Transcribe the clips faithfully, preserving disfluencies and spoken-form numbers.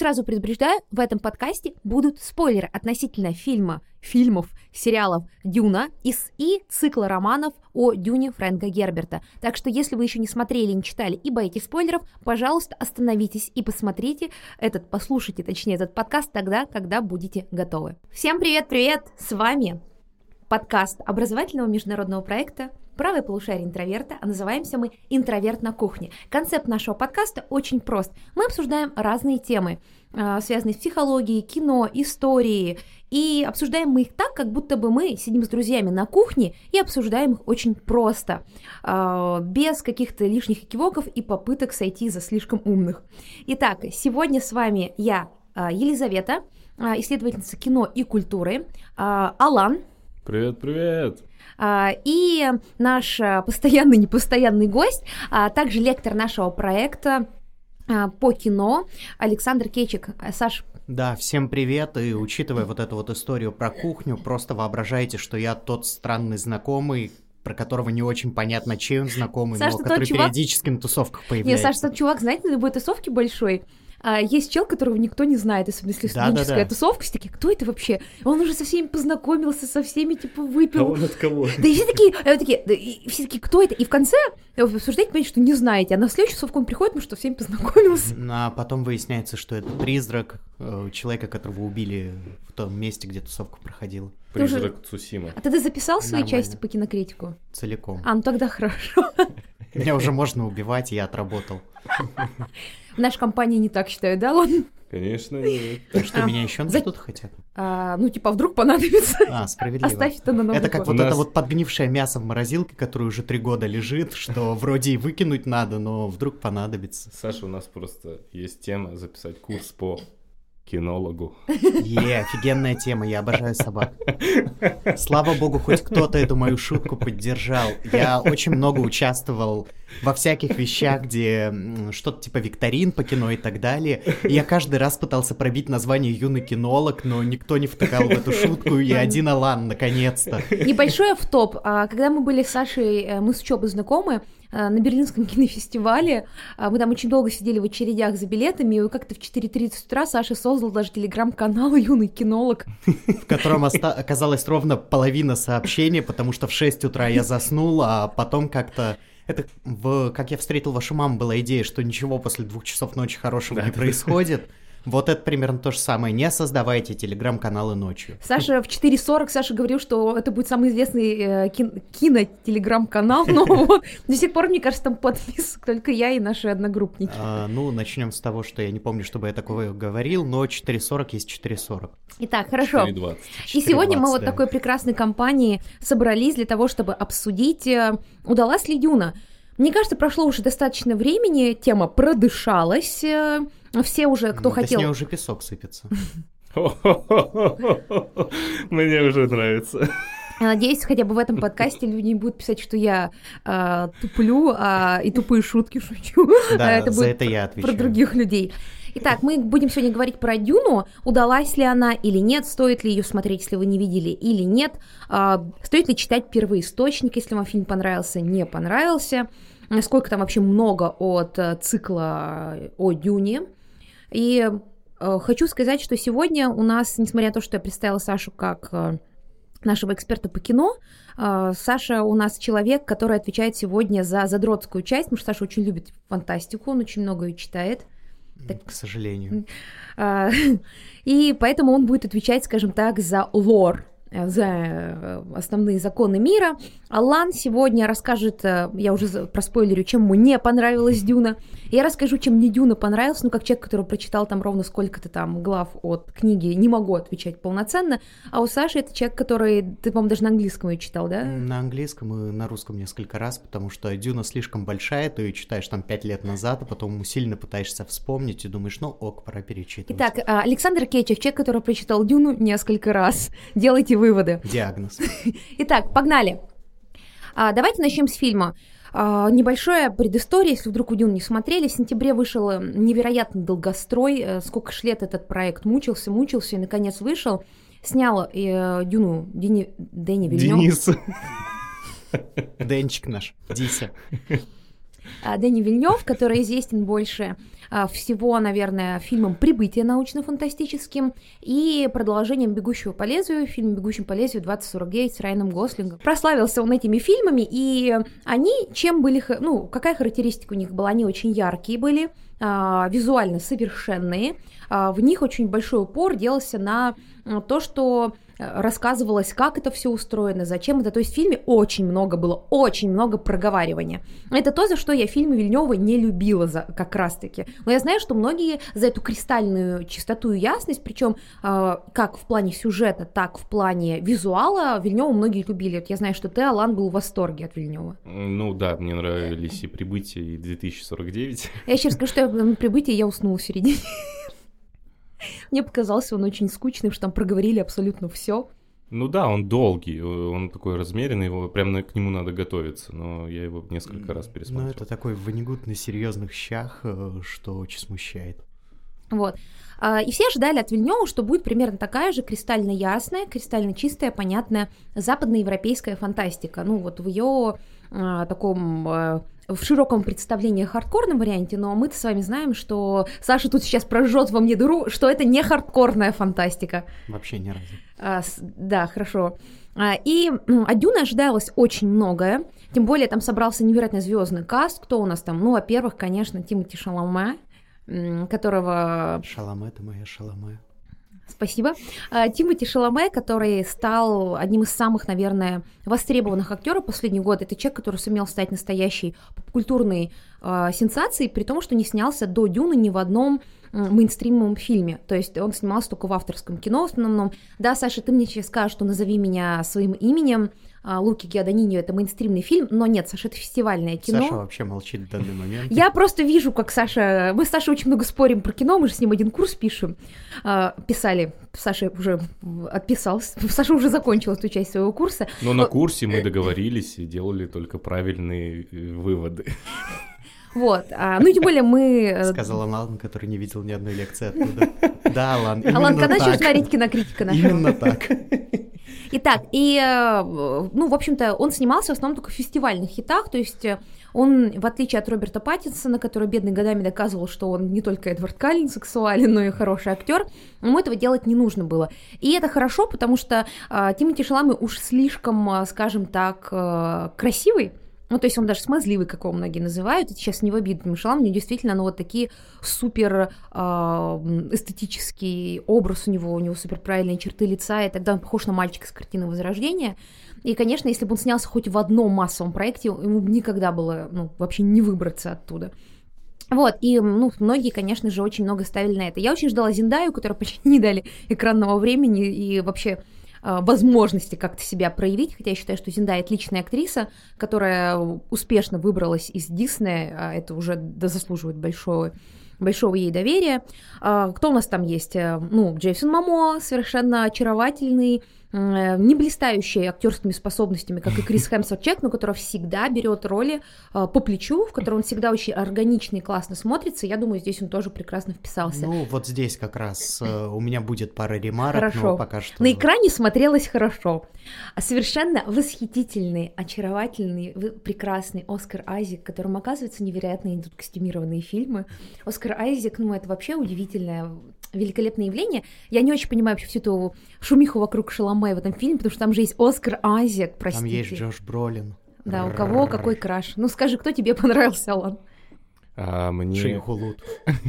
сразу предупреждаю, в этом подкасте будут спойлеры относительно фильма, фильмов, сериалов «Дюна» и, и цикла романов о Дюне Фрэнка Герберта. Так что, если вы еще не смотрели, не читали и боитесь спойлеров, пожалуйста, остановитесь и посмотрите этот, послушайте, точнее, этот подкаст тогда, когда будете готовы. Всем привет-привет! С вами подкаст образовательного международного проекта «Правое полушарие интроверта», а называемся мы «Интроверт на кухне». Концепт нашего подкаста очень прост. Мы обсуждаем разные темы, связанные с психологией, кино, историей, и обсуждаем мы их так, как будто бы мы сидим с друзьями на кухне и обсуждаем их очень просто, без каких-то лишних экивоков и попыток сойти за слишком умных. Итак, сегодня с вами я, Елизавета, исследовательница кино и культуры, Алан. Привет-привет! И наш постоянный, непостоянный гость, а также лектор нашего проекта по кино Александр Кечик. Саш. Да, всем привет, и учитывая вот эту вот историю про кухню, просто воображайте, что я тот странный знакомый, про которого не очень понятно, чей он знакомый, Саш, но который чувак... периодически на тусовках появляется. Нет, Саш, тот чувак, знаете, на любой тусовке большой, а, есть чел, которого никто не знает, особенно если да, студенческая да, да. тусовка, все такие, кто это вообще? Он уже со всеми познакомился, со всеми, типа, выпил. А он от кого? Да и все такие, а такие, да, и все такие, кто это? И в конце вы обсуждаете, понимаете, что не знаете, а на следующую тусовку он приходит, ну что, всеми познакомился. А потом выясняется, что это призрак э, человека, которого убили в том месте, где тусовка проходила. Призрак уже... Цусима. А ты записал свои Нормально. части по кинокритику? Целиком. А, ну тогда хорошо. Меня уже можно убивать, я отработал. В нашей компании не так считают, да, ладно? Конечно, нет. Так что, а, меня еще на за... что-то хотят? А, ну, типа, вдруг понадобится. А, справедливо. Оставь это на новый Это как год. вот это вот подгнившее мясо в морозилке, которое уже три года лежит, что вроде и выкинуть надо, но вдруг понадобится. Саша, у нас просто есть тема записать курс по кинологу. Е, офигенная тема, я обожаю собак. Слава богу, хоть кто-то эту мою шутку поддержал. Я очень много участвовал во всяких вещах, где что-то типа викторин по кино и так далее. И я каждый раз пытался пробить название «Юный кинолог», но никто не втыкал в эту шутку, и один Алан, наконец-то. Небольшой автоп. Когда мы были с Сашей, мы с учебой знакомы, на Берлинском кинофестивале, мы там очень долго сидели в очередях за билетами, и как-то в четыре тридцать утра Саша создал даже телеграм-канал «Юный кинолог». В котором оста- оказалась ровно половина сообщений, потому что в шесть утра я заснул, а потом как-то... Это в «Как я встретил вашу маму» была идея, что ничего после двух часов ночи хорошего не происходит. Вот это примерно то же самое. Не создавайте телеграм-каналы ночью. Саша в четыре сорок Саша говорил, что это будет самый известный э, кин- кино-телеграм-канал, но вот до сих пор, мне кажется, там подписок только я и наши одногруппники. А, ну, начнем с того, что я не помню, чтобы я такое говорил, но четыре сорок есть четыре сорок. Итак, хорошо. четыре двадцать. И сегодня мы вот да. такой прекрасной компанией собрались для того, чтобы обсудить, удалась ли Дюна. Мне кажется, прошло уже достаточно времени, тема продышалась, все уже, кто да хотел... с ней уже песок сыпется. Мне уже нравится. Надеюсь, хотя бы в этом подкасте люди не будут писать, что я э, туплю э, и тупые шутки шучу. Да, это за будет это я отвечаю. Про других людей. Итак, мы будем сегодня говорить про Дюну. Удалась ли она или нет? Стоит ли ее смотреть, если вы не видели, или нет? Э, стоит ли читать первоисточник, если вам фильм понравился, не понравился? Насколько там вообще много от э, цикла о Дюне? И э, хочу сказать, что сегодня у нас, несмотря на то, что я представила Сашу как... Э, нашего эксперта по кино. Саша у нас человек, который отвечает сегодня за задротскую часть, потому что Саша очень любит фантастику, он очень много ее читает. Так... К сожалению. И поэтому он будет отвечать, скажем так, за лор, за основные законы мира. Алан сегодня расскажет, я уже проспойлерю, чем ему не понравилась Дюна. Я расскажу, чем мне Дюна понравилась, ну, как человек, который прочитал там ровно сколько-то там глав от книги, не могу отвечать полноценно. А у Саши это человек, который, ты, по-моему, даже на английском ее читал, да? На английском и на русском несколько раз, потому что Дюна слишком большая, ты ее читаешь там пять лет назад, а потом усиленно пытаешься вспомнить и думаешь, ну ок, пора перечитывать. Итак, Александр Кечев, человек, который прочитал Дюну несколько раз. Делайте выводы. Диагноз. Итак, погнали. А, давайте начнем с фильма. А, небольшая предыстория, если вдруг у Дюну не смотрели. В сентябре вышел невероятный долгострой. Сколько ж лет этот проект мучился, мучился и, наконец, вышел. Снял э, Дюну Дени... Дэни Вильнёв. Денис. Денчик наш, Дися. а, Дени Вильнёв, который известен больше а, всего, наверное, фильмом «Прибытие» научно-фантастическим и продолжением «Бегущего по лезвию», фильм «Бегущим по лезвию двадцать сорок девять» с Райаном Гослингом. Прославился он этими фильмами, и они чем были, ну, какая характеристика у них была? Они очень яркие были, а, визуально совершенные, а, в них очень большой упор делался на то, что рассказывалось, как это все устроено, зачем это. То есть в фильме очень много было, очень много проговаривания. Это то, за что я фильмы Вильнёва не любила за, как раз-таки. Но я знаю, что многие за эту кристальную чистоту и ясность, причем э, как в плане сюжета, так в плане визуала, Вильнёва многие любили. Вот я знаю, что ты, Алан, был в восторге от Вильнёва. Ну да, мне нравились и «Прибытие», и две тысячи сорок девять. Я сейчас скажу, что на «Прибытии» я уснула в середине. Мне показался он очень скучным, что там проговорили абсолютно все. Ну да, он долгий, он такой размеренный, его прям к нему надо готовиться, но я его несколько раз пересмотрел. Ну это такой Воннегут на серьезных щах, что очень смущает. Вот. И все ожидали от Вильнёва, что будет примерно такая же кристально ясная, кристально чистая, понятная западноевропейская фантастика. Ну вот в ее а, таком... А, в широком представлении хардкорном варианте, но мы-то с вами знаем, что Саша тут сейчас прожжет во мне дыру, что это не хардкорная фантастика. Вообще ни разу. А, с, да, хорошо. А, и ну, от Дюны ожидалось очень многое, тем более там собрался невероятно звездный каст. Кто у нас там? Ну, во-первых, конечно, Тимоти Шаломе, которого... Шаломе, ты моя Шаломе. Спасибо. Тимоти Шаломе, который стал одним из самых, наверное, востребованных актеров последний год. Это человек, который сумел стать настоящей попкультурной э, сенсацией, при том, что не снялся до Дюны ни в одном э, мейнстримовом фильме. То есть он снимался только в авторском кино в основном. Да, Саша, ты мне сейчас скажешь, что «Назови меня своим именем». Луки Гиаданиньо — это мейнстримный фильм, но нет, Саша, это фестивальное кино. Саша вообще молчит в данный момент. Я просто вижу, как Саша... Мы с Сашей очень много спорим про кино, мы же с ним один курс пишем. Писали, Саша уже отписался, Саша уже закончил эту часть своего курса. Но на курсе мы договорились и делали только правильные выводы. Вот, а, ну и тем более мы... Сказал Алан, который не видел ни одной лекции оттуда. Да, Алан, именно Алан, когда так. начнешь смотреть кинокритика нашего? Именно так. Итак, и, ну, в общем-то, он снимался в основном только в фестивальных хитах, то есть он, в отличие от Роберта Паттинсона, который бедный годами доказывал, что он не только Эдвард Каллен сексуален, но и хороший актер, ему этого делать не нужно было. И это хорошо, потому что э, Тимоти Шаломе уж слишком, скажем так, э, красивый. Ну, то есть он даже смазливый, как его многие называют. Это сейчас не в обиду Тимоти Шаломе, действительно, ну, вот такие супер э, эстетический образ у него, у него супер правильные черты лица, и тогда он похож на мальчика с картины Возрождения. И, конечно, если бы он снялся хоть в одном массовом проекте, ему бы никогда было, ну, вообще не выбраться оттуда. Вот, и, ну, многие, конечно же, очень много ставили на это. Я очень ждала Зендаю, которой почти не дали экранного времени и вообще возможности как-то себя проявить, хотя я считаю, что Зендая отличная актриса, которая успешно выбралась из Диснея, а это уже заслуживает большого, большого ей доверия. Кто у нас там есть? Ну, Джейсон Момоа, совершенно очаровательный, не блистающий актерскими способностями, как и Крис Хемсворт, человек, но который всегда берет роли по плечу, в которой он всегда очень органично и классно смотрится. Я думаю, здесь он тоже прекрасно вписался. Ну, вот здесь как раз у меня будет пара ремарок, хорошо. Но пока что... На экране смотрелось хорошо. Совершенно восхитительный, очаровательный, прекрасный Оскар Айзек, которому, оказывается, невероятно идут костюмированные фильмы. Оскар Айзек, ну, это вообще удивительное, великолепное явление. Я не очень понимаю вообще всю эту шумиху вокруг Шаломе в этом фильме, потому что там же есть Оскар Айзек, простите. Там есть Джош Бролин. Да, у кого какой краш. Ну, скажи, кто тебе понравился, Алан? А, мне... Шейхулут.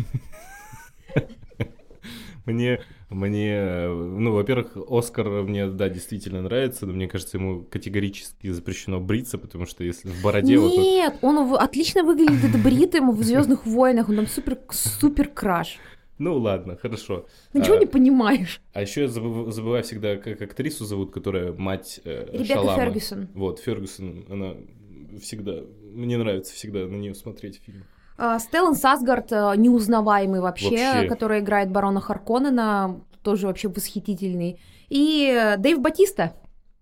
Мне, мне, ну, во-первых, Оскар мне, да, действительно нравится, но мне кажется, ему категорически запрещено бриться, потому что если в бороде... Нет, вот... он отлично выглядит бритым в «Звездных войнах», он там супер, супер краш. Ну ладно, хорошо. Ничего а, не понимаешь. А еще я забыв, забываю всегда, как актрису зовут, которая мать э, Ребекка Шалама. Фергюсон. Вот, Фергюсон, она всегда... Мне нравится всегда на нее смотреть фильмы. А, Стеллан Сасгард, неузнаваемый вообще, вообще, который играет барона Харконнена, тоже вообще восхитительный. И Дэйв Батиста.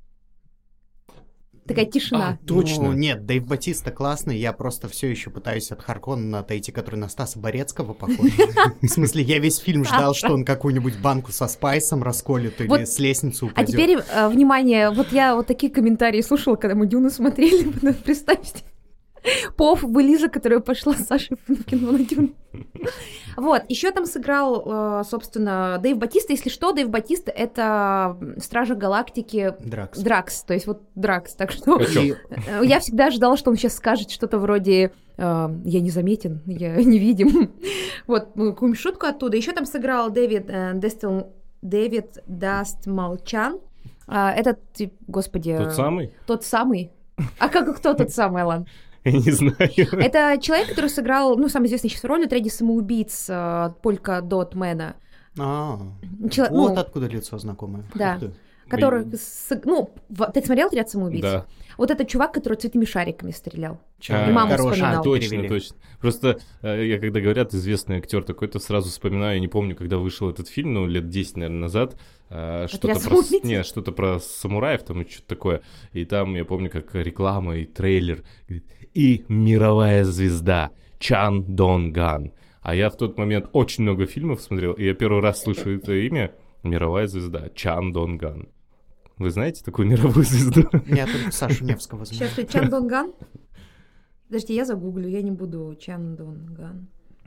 Такая тишина. А, точно. Ну, нет, Дэйв Батиста классный, я просто все еще пытаюсь от Харконнена отойти, который на Стаса Борецкого похож. В смысле, я весь фильм ждал, что он какую-нибудь банку со спайсом расколет или с лестницы упадет. А теперь, внимание, вот я вот такие комментарии слушала, когда мы Дюну смотрели, представьте. Пов и Лиза, которая пошла с Сашей в кино на Дюну. Вот, еще там сыграл, собственно, Дэйв Батиста. Если что, Дэйв Батиста — это Стражи Галактики Дракс. Дракс, то есть вот Дракс. Так что я всегда ожидала, что он сейчас скажет что-то вроде «Я незаметен, я невидим». Вот, какую-нибудь шутку оттуда. Еще там сыграл Дэвид Дестел, Дэвид Дастмалчан. Этот, господи... Тот самый? Тот самый. А как, кто тот самый, Алан? Я не знаю. Это человек, который сыграл, ну, самый известный сейчас роль «Отряде самоубийц» Полька Дотмена. А, Чело... вот ну, откуда лицо знакомое. Да. Который, Мы... с... ну, ты смотрел «Отряд самоубийц»? Да. Вот этот чувак, который цветными шариками стрелял. А, и маму хороший. вспоминал. А, точно, Перевели. точно. Просто я, когда говорят известный актер такой-то, сразу вспоминаю, я не помню, когда вышел этот фильм, ну, лет десять, наверное, назад, что-то про, не, что-то про самураев там и что-то такое. И там, я помню, как реклама и трейлер. И мировая звезда Чан Дон Ган. А я в тот момент очень много фильмов смотрел, и я первый раз слышу это имя. Мировая звезда Чан Дон Ган. Вы знаете такую мировую звезду? Я только Сашу Невского знаю. Сейчас ты Чан Дон Ган? Подожди, я загуглю, я не буду. Чан Дон Ган.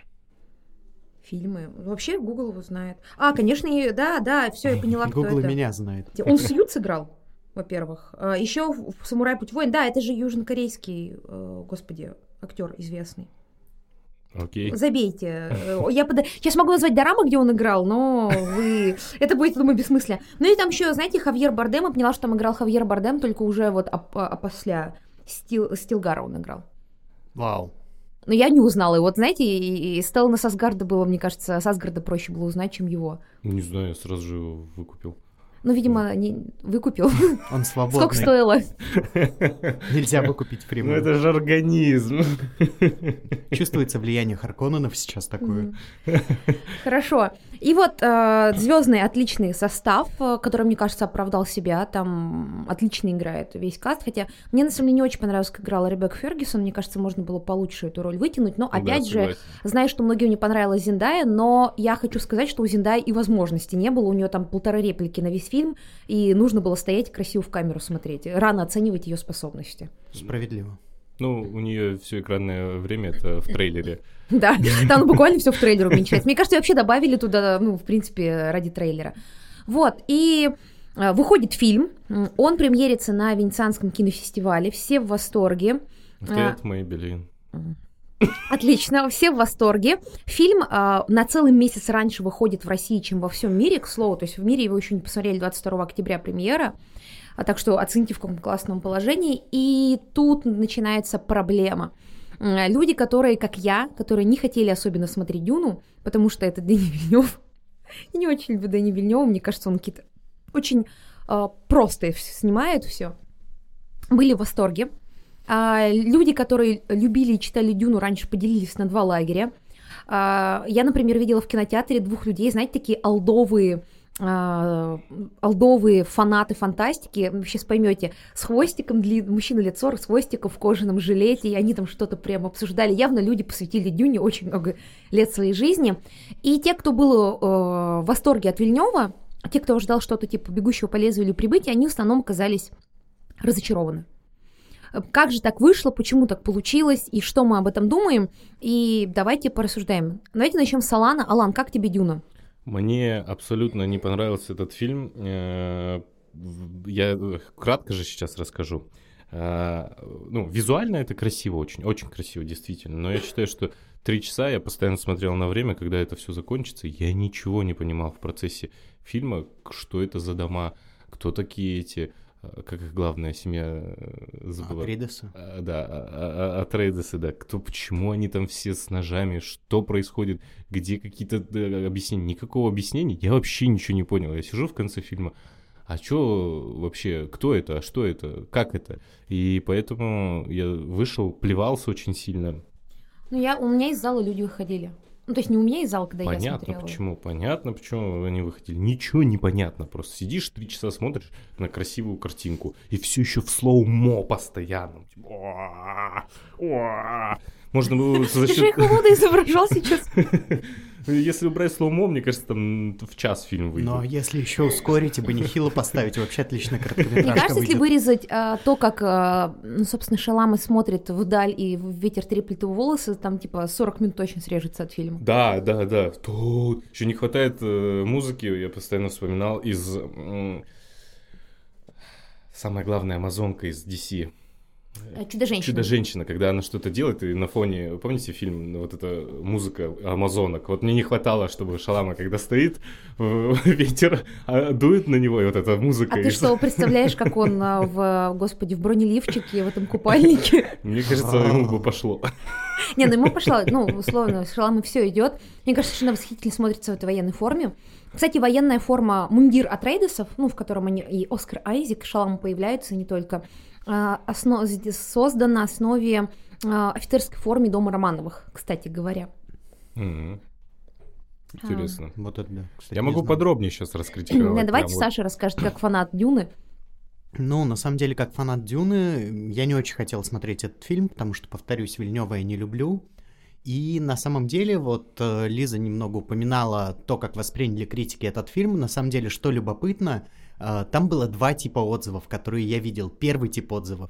Фильмы. Вообще Google его знает. А, конечно, и... да, да, все, я поняла, кто Google это. меня знает. Он в Сьют сыграл, во-первых. Еще в «Самурай Путь воин». Да, это же южнокорейский, господи, актер известный. Окей. Забейте. Я под... Сейчас могу назвать дорамы, где он играл, но вы... это будет, думаю, бессмысленно. Ну и там еще, знаете, Хавьер Бардем. Я поняла, что там играл Хавьер Бардем, только уже вот опосля Стил... Стилгара он играл. Вау. Но я не узнала. И вот, знаете, и, и Стеллана Сасгарда было, мне кажется, Сасгарда проще было узнать, чем его. Не знаю, я сразу же его выкупил. Ну, видимо, не выкупил. Он свободный. Сколько стоило? Нельзя выкупить Ну, прямую. это же организм. Чувствуется влияние Харконненов сейчас такое. Хорошо. И вот э, звездный отличный состав, который, мне кажется, оправдал себя. Там отлично играет весь каст. Хотя мне, на самом деле, не очень понравилось, как играла Ребекка Фергюсон. Мне кажется, можно было получше эту роль вытянуть. Но, опять Да, же, согласен. знаю, что многим не понравилась Зендая, но я хочу сказать, что у Зендая и возможности не было. У нее там полторы реплики на весь фильм, и нужно было стоять красиво в камеру смотреть. Рано оценивать ее способности. Справедливо. Ну, у нее все экранное время это в трейлере. Да, там буквально все в трейлере уменьшается. Мне кажется, вообще добавили туда, ну, в принципе, ради трейлера. Вот, и э, выходит фильм, он премьерится на Венецианском кинофестивале, все в восторге. Тед Мэйбелин. Отлично, все в восторге. Фильм э, на целый месяц раньше выходит в России, чем во всем мире, к слову. То есть в мире его еще не посмотрели, двадцать второго октября премьера. А так что оцените, в каком классном положении. И тут начинается проблема. Люди, которые, как я, которые не хотели особенно смотреть «Дюну», потому что это Дени Вильнёв. Я не очень люблю Дени Вильнёва, мне кажется, он какие-то очень э, просто снимает все. Были в восторге. А, люди, которые любили и читали «Дюну», раньше поделились на два лагеря. А, я, например, видела в кинотеатре двух людей, знаете, такие олдовые, а, олдовые фанаты фантастики, вы сейчас поймете, с хвостиком, длин... мужчина лет сорок, с хвостиком в кожаном жилете, и они там что-то прям обсуждали. Явно люди посвятили «Дюне» очень много лет своей жизни. И те, кто был э, в восторге от Вильнёва, те, кто ждал что-то типа «Бегущего по лезвию» или «Прибытия», они в основном оказались разочарованы. Как же так вышло, почему так получилось, и что мы об этом думаем, и давайте порассуждаем. Давайте начнем с Алана. Алан, как тебе «Дюна»? Мне абсолютно не понравился этот фильм. Я кратко же сейчас расскажу. Ну, визуально это красиво очень, очень красиво, действительно. Но я считаю, что три часа я постоянно смотрел на время, когда это все закончится. Я ничего не понимал в процессе фильма, что это за дома, кто такие эти... Как их главная семья забыла? Атрейдесы. А, да, а, а, Атрейдесы, да. Кто, почему они там все с ножами, что происходит, где какие-то да, объяснения. Никакого объяснения, я вообще ничего не понял. Я сижу в конце фильма, а что вообще, кто это, а что это, как это? И поэтому я вышел, плевался очень сильно. Ну, я, у меня из зала люди выходили. Ну, то есть не у меня из зала, когда понятно, я смотрела. Почему, понятно, почему они выходили. Ничего не понятно. Просто сидишь, три часа смотришь на красивую картинку, и все еще в слоумо постоянно. Можно было за Ты же счет... их воду изображал сейчас. Если убрать слоумо, мне кажется, там в час фильм выйдет. Но если еще ускорить и бы нехило поставить, вообще отличная короткометражка. Мне кажется, если вырезать а, то, как, а, ну, собственно, Шаламы смотрит вдаль и ветер треплет его волосы, там типа сорок минут точно срежется от фильма. Да, да, да. Тут еще не хватает э, музыки, я постоянно вспоминал из... Э, самая главная амазонка из ди си. Чудо-женщина. Чудо-женщина, когда она что-то делает, и на фоне, помните фильм, ну, вот эта музыка амазонок, вот мне не хватало, чтобы Шалама, когда стоит, ветер дует на него, и вот эта музыка. А ты что, представляешь, как он в, господи, в бронеливчике, в этом купальнике? Мне кажется, ему бы пошло. Не, ну ему пошло, ну, условно, с Шаламой все идет. Мне кажется, что она восхитительно смотрится в этой военной форме. Кстати, военная форма, мундир Атрейдесов, ну, в котором они, и Оскар Айзек, Шалам появляются, не только, Основ... создан на основе э, офицерской формы дома Романовых, кстати говоря. Mm-hmm. Интересно. А. Вот это, да. Кстати, я могу знаю. Подробнее сейчас раскритиковать. Да, давайте прям Саша вот... расскажет, как фанат Дюны. Ну, на самом деле, как фанат Дюны, я не очень хотел смотреть этот фильм, потому что, повторюсь, Вильнёва я не люблю. И на самом деле, вот Лиза немного упоминала то, как восприняли критики этот фильм. На самом деле, что любопытно, там было два типа отзывов, которые я видел. Первый тип отзывов,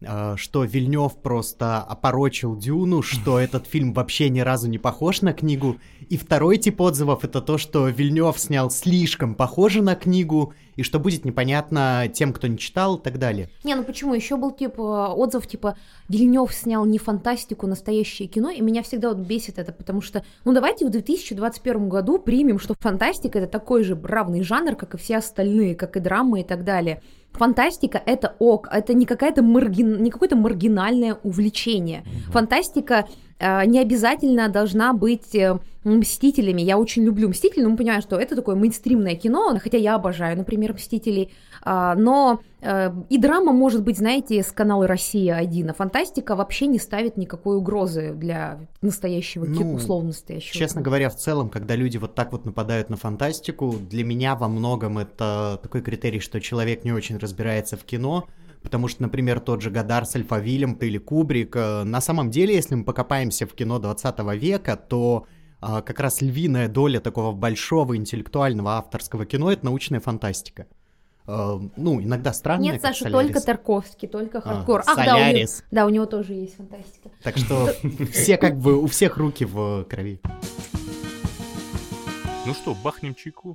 что Вильнёв просто опорочил Дюну, что этот фильм вообще ни разу не похож на книгу. И второй тип отзывов — это то, что Вильнёв снял слишком похоже на книгу, и что будет непонятно тем, кто не читал, и так далее. Не, ну почему? Еще был типа отзыв, типа Вильнёв снял не фантастику, настоящее кино, и меня всегда вот бесит это, потому что, ну давайте в две тысячи двадцать первом году примем, что фантастика — это такой же равный жанр, как и все остальные, как и драма и так далее. Фантастика — это ок, это не, какая-то маргин... не какое-то маргинальное увлечение. Фантастика э, не обязательно должна быть э, Мстителями. Я очень люблю Мстители, но мы понимаем, что это такое мейнстримное кино, хотя я обожаю, например, Мстителей. Э, но э, и драма может быть, знаете, с канала «Россия один», а фантастика вообще не ставит никакой угрозы для настоящего ну, кино, условно настоящего. Честно кино. говоря, в целом, когда люди вот так вот нападают на фантастику, для меня во многом это такой критерий, что человек не очень разбирается в кино, потому что, например, тот же Годар с Альфавилем или Кубрик, на самом деле, если мы покопаемся в кино двадцатого века, то а, как раз львиная доля такого большого интеллектуального авторского кино — это научная фантастика. А, ну, иногда странная, Нет, как Саша, Солярис. только Тарковский, только хардкор. А, Ах, да, у него, Солярис. да, у него тоже есть фантастика. Так что все как бы, у всех руки в крови. Ну что, бахнем чайку?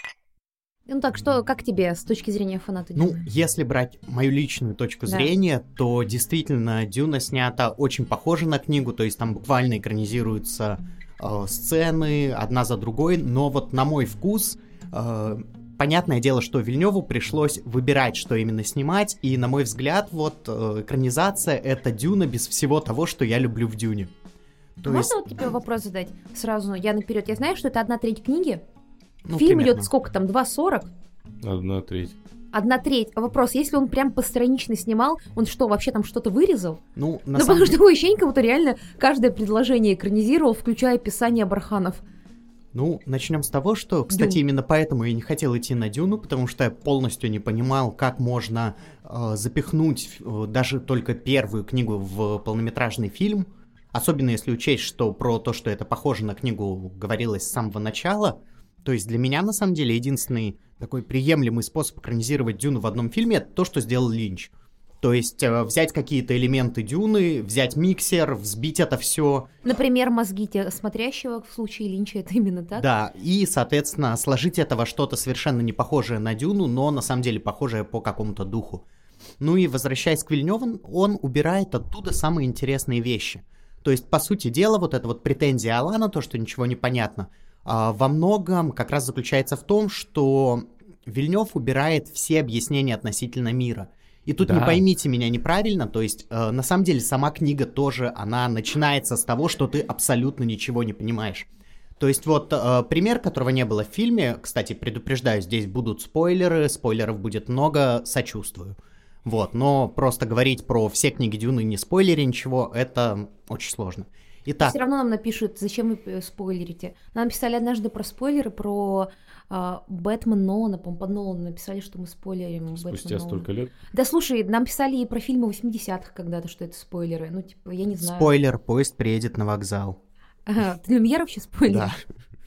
Ну так что, как тебе с точки зрения фаната Ну, Дюны? если брать мою личную точку Да. зрения, то действительно Дюна снята очень похоже на книгу, то есть там буквально экранизируются э, сцены одна за другой, но вот на мой вкус, э, понятное дело, что Вильнёву пришлось выбирать, что именно снимать, и на мой взгляд, вот э, экранизация — это Дюна без всего того, что я люблю в Дюне. То Можно есть, вот тебе вопрос задать сразу, я наперед. Я знаю, что это одна треть книги. ну, Фильм примерно. идет сколько там, два сорок? Одна треть. Одна треть. А вопрос, если он прям постранично снимал, он что, вообще там что-то вырезал? Ну, на Ну, самом потому что такое ощущение, как будто реально каждое предложение экранизировал, включая описание Барханов. Ну, начнем с того, что, кстати, Дюн. именно поэтому я не хотел идти на Дюну, потому что я полностью не понимал, как можно э, запихнуть э, даже только первую книгу в полнометражный фильм, особенно если учесть, что про то, что это похоже на книгу, говорилось с самого начала. То есть для меня, на самом деле, единственный такой приемлемый способ экранизировать Дюну в одном фильме — это то, что сделал Линч. То есть э, взять какие-то элементы Дюны, взять миксер, взбить это все. Например, мозги те- смотрящего в случае Линча, это именно так? Да, и, соответственно, сложить это во что-то совершенно не похожее на Дюну, но на самом деле похожее по какому-то духу. Ну и возвращаясь к Вильнёву, он убирает оттуда самые интересные вещи. То есть, по сути дела, вот эта вот претензия Алана, то, что ничего не понятно, во многом как раз заключается в том, что Вильнёв убирает все объяснения относительно мира. И тут Да. не поймите меня неправильно, то есть э, на самом деле сама книга тоже, она начинается с того, что ты абсолютно ничего не понимаешь. То есть вот э, пример, которого не было в фильме, кстати, предупреждаю, здесь будут спойлеры, спойлеров будет много, сочувствую. Вот, но просто говорить про все книги Дюны, не спойлеря ничего, это очень сложно. Итак, Все равно нам напишут, зачем вы спойлерите. Нам написали однажды про спойлеры, про э, Бэтмен Нолана, по-моему, под Нолана написали, что мы спойлерим Спустя Бэтмен столько Нолана. лет. Да слушай, нам писали и про фильмы восьмидесятых когда-то, что это спойлеры. Ну, типа, я не знаю. спойлер, поезд приедет на вокзал. Ага, ты Люмьер вообще спойлер? Да.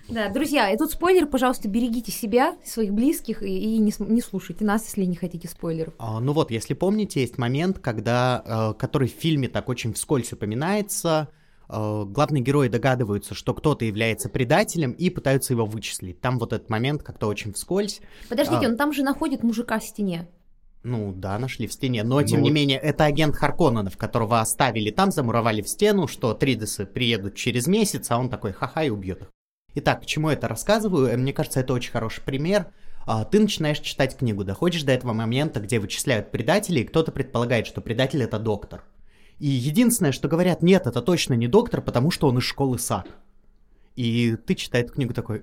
Да, друзья, и тут спойлер, пожалуйста, берегите себя, своих близких и, и не, не слушайте нас, если не хотите спойлеров. А, ну вот, если помните, есть момент, когда, э, который в фильме так очень вскользь упоминается, э, главные герои догадываются, что кто-то является предателем и пытаются его вычислить. Там вот этот момент как-то очень вскользь. Подождите, а, он там же находит мужика в стене. Ну да, нашли в стене, но тем ну, не менее, это агент Харконненов, которого оставили там, замуровали в стену, что Тридесы приедут через месяц, а он такой ха-ха и убьет их. Итак, к чему я это рассказываю? Мне кажется, это очень хороший пример. Ты начинаешь читать книгу, доходишь до этого момента, где вычисляют предателей, и кто-то предполагает, что предатель — это доктор. И единственное, что говорят, нет, это точно не доктор, потому что он из школы САК. И ты читаешь книгу такой,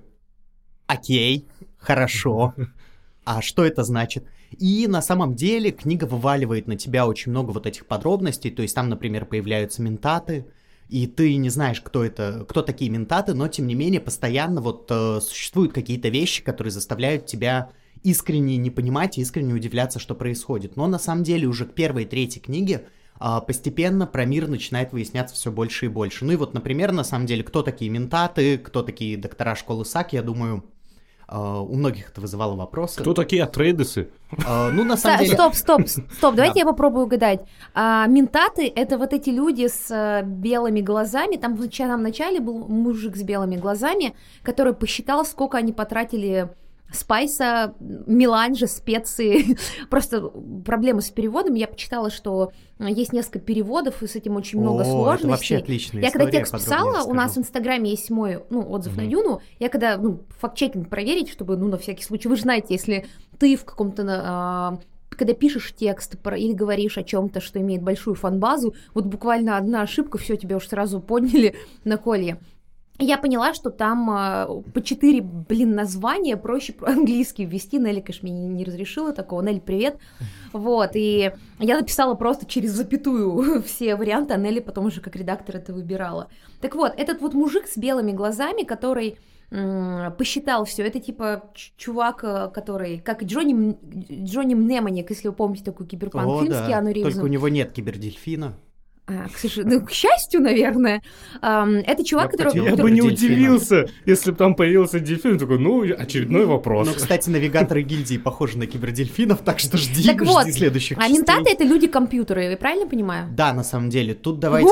окей, хорошо, а что это значит? И на самом деле книга вываливает на тебя очень много вот этих подробностей, то есть там, например, появляются ментаты, и ты не знаешь, кто это, кто такие ментаты, но тем не менее постоянно вот э, существуют какие-то вещи, которые заставляют тебя искренне не понимать и искренне удивляться, что происходит. Но на самом деле уже к первой и третьей книге э, постепенно про мир начинает выясняться все больше и больше. Ну и вот, например, на самом деле, кто такие ментаты, кто такие доктора школы САК, я думаю... Uh, у многих это вызывало вопросы. Кто такие Атрейдесы? Uh, ну, на самом да, деле... Стоп, стоп, стоп, давайте я попробую угадать. А, ментаты — это вот эти люди с а, белыми глазами. Там в самом начале был мужик с белыми глазами, который посчитал, сколько они потратили спайса, меланжа, специи. Просто проблемы с переводом. Я почитала, что есть несколько переводов, и с этим очень много О, сложностей. Это вообще отличная я история, когда текст писала, расскажу. у нас в Инстаграме есть мой ну, отзыв mm-hmm. на Дюну. Я когда ну, факт-чекинг проверить, чтобы, ну, на всякий случай, вы же знаете, если ты в каком-то... А, когда пишешь текст или говоришь о чем-то, что имеет большую фан-базу, вот буквально одна ошибка, все, тебя уж сразу подняли на колье. Я поняла, что там э, по четыре, блин, названия проще по-английски ввести. Нелли, конечно, мне не разрешила такого. Нелли, привет. Вот, и я написала просто через запятую все варианты, а Нелли потом уже как редактор это выбирала. Так вот, этот вот мужик с белыми глазами, который м- посчитал все, это типа чувак, который, как Джонни, Джонни Мнемоник, если вы помните такой киберпанк-фильм да. с Киану Ривзом. Только у него нет кибердельфина. А, к сожалению, ну, к счастью, наверное, эм, это чувак, я который... Я который... бы не удивился, если бы там появился дельфин, такой, ну, очередной вопрос. Ну, кстати, навигаторы гильдии похожи на кибердельфинов, так что жди, так вот, жди следующих а частей. ментаты — это люди-компьютеры, я правильно понимаю? Да, на самом деле, тут давайте...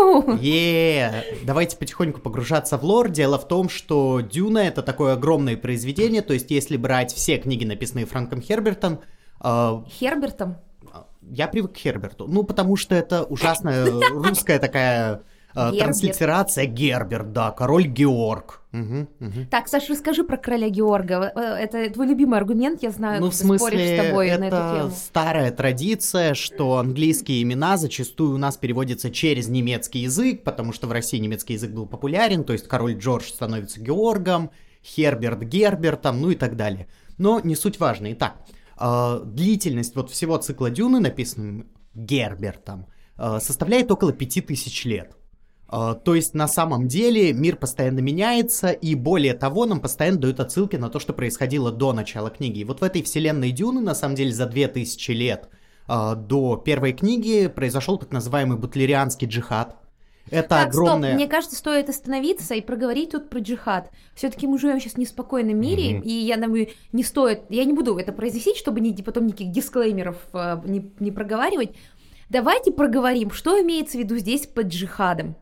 Е-е-е, давайте потихоньку погружаться в лор. Дело в том, что Дюна — это такое огромное произведение, то есть если брать все книги, написанные Фрэнком Хербертом... Э... Хербертом? Я привык к Херберту. Ну, потому что это ужасная русская такая э, транслитерация. Герберт, да, король Георг. Угу, угу. Так, Саша, расскажи про короля Георга. Это твой любимый аргумент, я знаю, ну, ты в смысле, споришь с тобой это на эту тему. Старая традиция, что английские имена зачастую у нас переводятся через немецкий язык, потому что в России немецкий язык был популярен, то есть король Джордж становится Георгом, Херберт Гербертом, ну и так далее. Но не суть важно. Итак, Uh, длительность вот всего цикла Дюны, написанным Гербертом, uh, составляет около пяти тысяч лет. Uh, то есть на самом деле мир постоянно меняется, и более того, нам постоянно дают отсылки на то, что происходило до начала книги. И вот в этой вселенной Дюны, на самом деле, за две тысячи лет uh, до первой книги произошел так называемый бутлерианский джихад. Это так, огромное... стоп, мне кажется, стоит остановиться и проговорить тут про джихад. Все-таки мы живем сейчас в неспокойном мире, mm-hmm. и я думаю, не стоит, я не буду это произносить, чтобы не, потом никаких дисклеймеров э, не, не проговаривать. Давайте проговорим, что имеется в виду здесь под джихадом.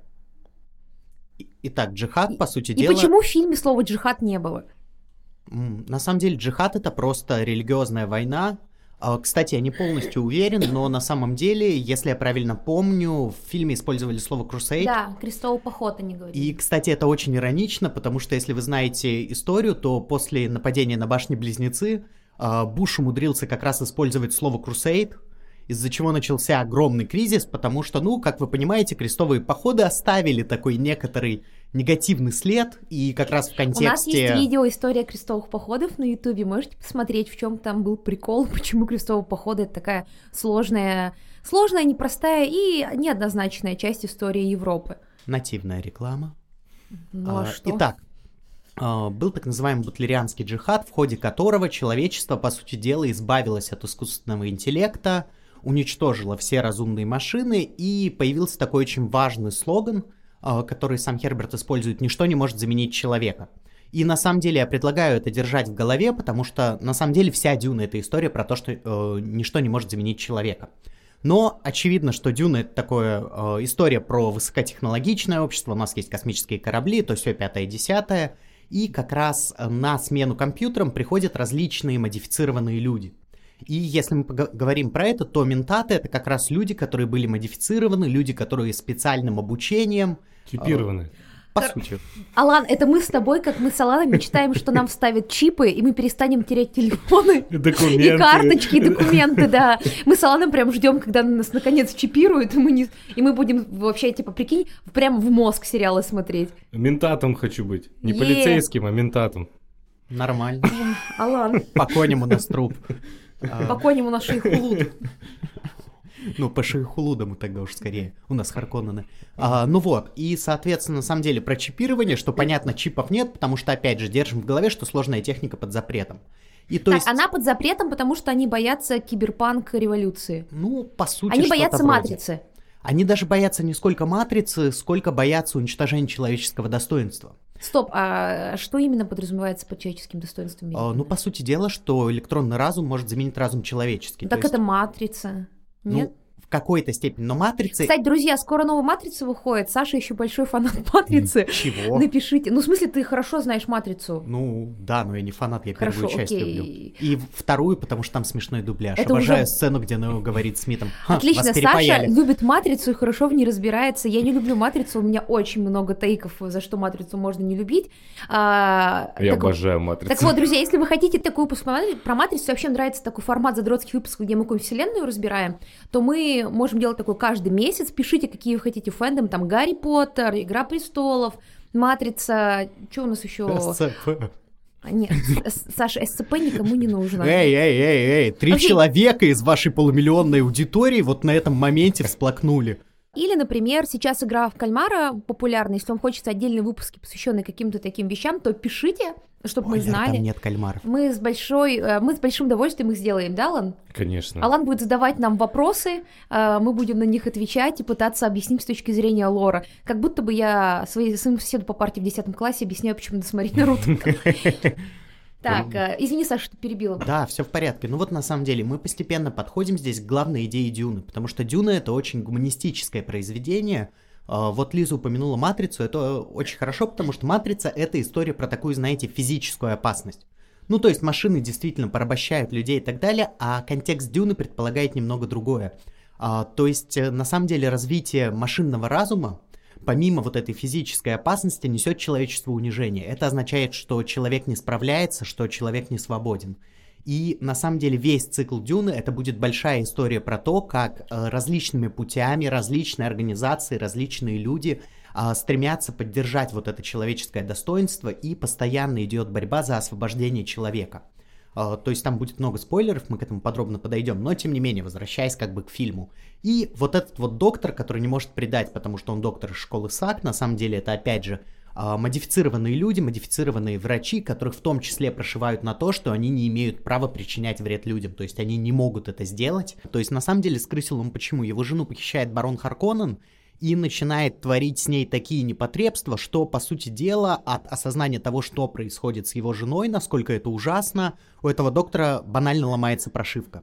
Итак, джихад, по сути и, дела... И почему в фильме слова джихад не было? На самом деле, джихад — это просто религиозная война. Кстати, я не полностью уверен, но на самом деле, если я правильно помню, в фильме использовали слово «crusade». Да, крестовый поход они говорили. И, кстати, это очень иронично, потому что, если вы знаете историю, то после нападения на башни-близнецы Буш умудрился как раз использовать слово «crusade», из-за чего начался огромный кризис, потому что, ну, как вы понимаете, крестовые походы оставили такой некоторый негативный след, и как раз в контексте... У нас есть видео «История крестовых походов» на Ютубе, можете посмотреть, в чем там был прикол, почему крестовые походы — это такая сложная, сложная, непростая и неоднозначная часть истории Европы. Нативная реклама. Ну а, а что? Итак, был так называемый бутлерианский джихад, в ходе которого человечество, по сути дела, избавилось от искусственного интеллекта, уничтожило все разумные машины, и появился такой очень важный слоган, который сам Херберт использует: «Ничто не может заменить человека». И на самом деле я предлагаю это держать в голове, потому что на самом деле вся Дюна — это история про то, что э, ничто не может заменить человека. Но очевидно, что Дюна — это такая э, история про высокотехнологичное общество, у нас есть космические корабли, то все пятое-десятое, и как раз на смену компьютерам приходят различные модифицированные люди. И если мы говорим про это, то ментаты — это как раз люди, которые были модифицированы, люди, которые специальным обучением... Чипированы. По сути. Алан, это мы с тобой, как мы с Аланом, мечтаем, что нам вставят чипы, и мы перестанем терять телефоны, документы. И карточки, и документы, да. Мы с Аланом прям ждем, когда нас наконец чипируют, и мы, не... и мы будем вообще, типа, прикинь, прям в мозг сериалы смотреть. Ментатом хочу быть. Не Е. полицейским, а ментатом. Нормально. Алан. По коням у нас труп. По коням у нас шейхулуд. Ну, по шейхулуду мы тогда уж скорее. У нас Харконнены. А, ну вот, и, соответственно, на самом деле про чипирование, что, понятно, чипов нет, потому что, опять же, держим в голове, что сложная техника под запретом. И, то так, есть... она под запретом, потому что они боятся киберпанк-революции. Ну, по сути, Они что-то боятся вроде. матрицы. Они даже боятся не сколько матрицы, сколько боятся уничтожения человеческого достоинства. Стоп, а что именно подразумевается под человеческим достоинством? А, ну, по сути дела, что электронный разум может заменить разум человеческий. Так то это есть... матрица, нет? Ну, в какой-то степени, но матрицы... Кстати, друзья, скоро новая матрица выходит. Саша еще большой фанат матрицы. Чего? Напишите. Ну, в смысле, ты хорошо знаешь матрицу. Ну, да, но я не фанат, я Хорошо, первую часть окей. люблю. И вторую, потому что там смешной дубляж. Это Обожаю уже- сцену, где она говорит Смитом. «Ха, Отлично, вас Саша перепаяли». любит матрицу и хорошо в ней разбирается. Я не люблю матрицу, у меня очень много тейков, за что матрицу можно не любить. А, Я так, обожаю матрицу. так вот, друзья, если вы хотите такой выпуск про матрицу, вообще нравится такой формат задротских выпусков, где мы какую-нибудь вселенную разбираем, то мы можем делать такой каждый месяц. Пишите, какие вы хотите фэндом, там Гарри Поттер, Игра престолов, Матрица, что у нас еще? СЦП. Нет, с- Саша, СЦП никому не нужно. Эй, эй, эй, эй, три Окей. человека из вашей полумиллионной аудитории вот на этом моменте всплакнули. Или, например, сейчас игра в кальмара популярна. Если вам хочется отдельные выпуски, посвященные каким-то таким вещам, то пишите, чтобы мы Ой, Лер, знали. там нет кальмаров. Мы с большой, э, мы с большим удовольствием их сделаем, да, Алан? Конечно. Алан будет задавать нам вопросы, э, мы будем на них отвечать и пытаться объяснить с точки зрения лора. Как будто бы я своей, своему соседу по парте в десятом классе объясняю, почему надо смотреть Наруто. Так, э, извини, Саша, что перебила. Да, все в порядке. Ну вот на самом деле мы постепенно подходим здесь к главной идее Дюны, потому что Дюна — это очень гуманистическое произведение. А, Вот Лиза упомянула «Матрицу», это очень хорошо, потому что «Матрица» — это история про такую, знаете, физическую опасность. Ну, то есть машины действительно порабощают людей и так далее, а контекст Дюны предполагает немного другое. А, То есть, э, на самом деле, развитие машинного разума, помимо вот этой физической опасности, несет человечеству унижение. Это означает, что человек не справляется, что человек не свободен. И на самом деле весь цикл Дюны — это будет большая история про то, как э, различными путями, различные организации, различные люди э, стремятся поддержать вот это человеческое достоинство, и постоянно идет борьба за освобождение человека. Uh, то есть там будет много спойлеров, мы к этому подробно подойдем, но тем не менее, возвращаясь как бы к фильму. И вот этот вот доктор, который не может предать, потому что он доктор из школы САК, на самом деле это опять же uh, модифицированные люди, модифицированные врачи, которых в том числе прошивают на то, что они не имеют права причинять вред людям, то есть они не могут это сделать. То есть на самом деле скрысил он почему? Его жену похищает барон Харконнен и начинает творить с ней такие непотребства, что, по сути дела, от осознания того, что происходит с его женой, насколько это ужасно, у этого доктора банально ломается прошивка.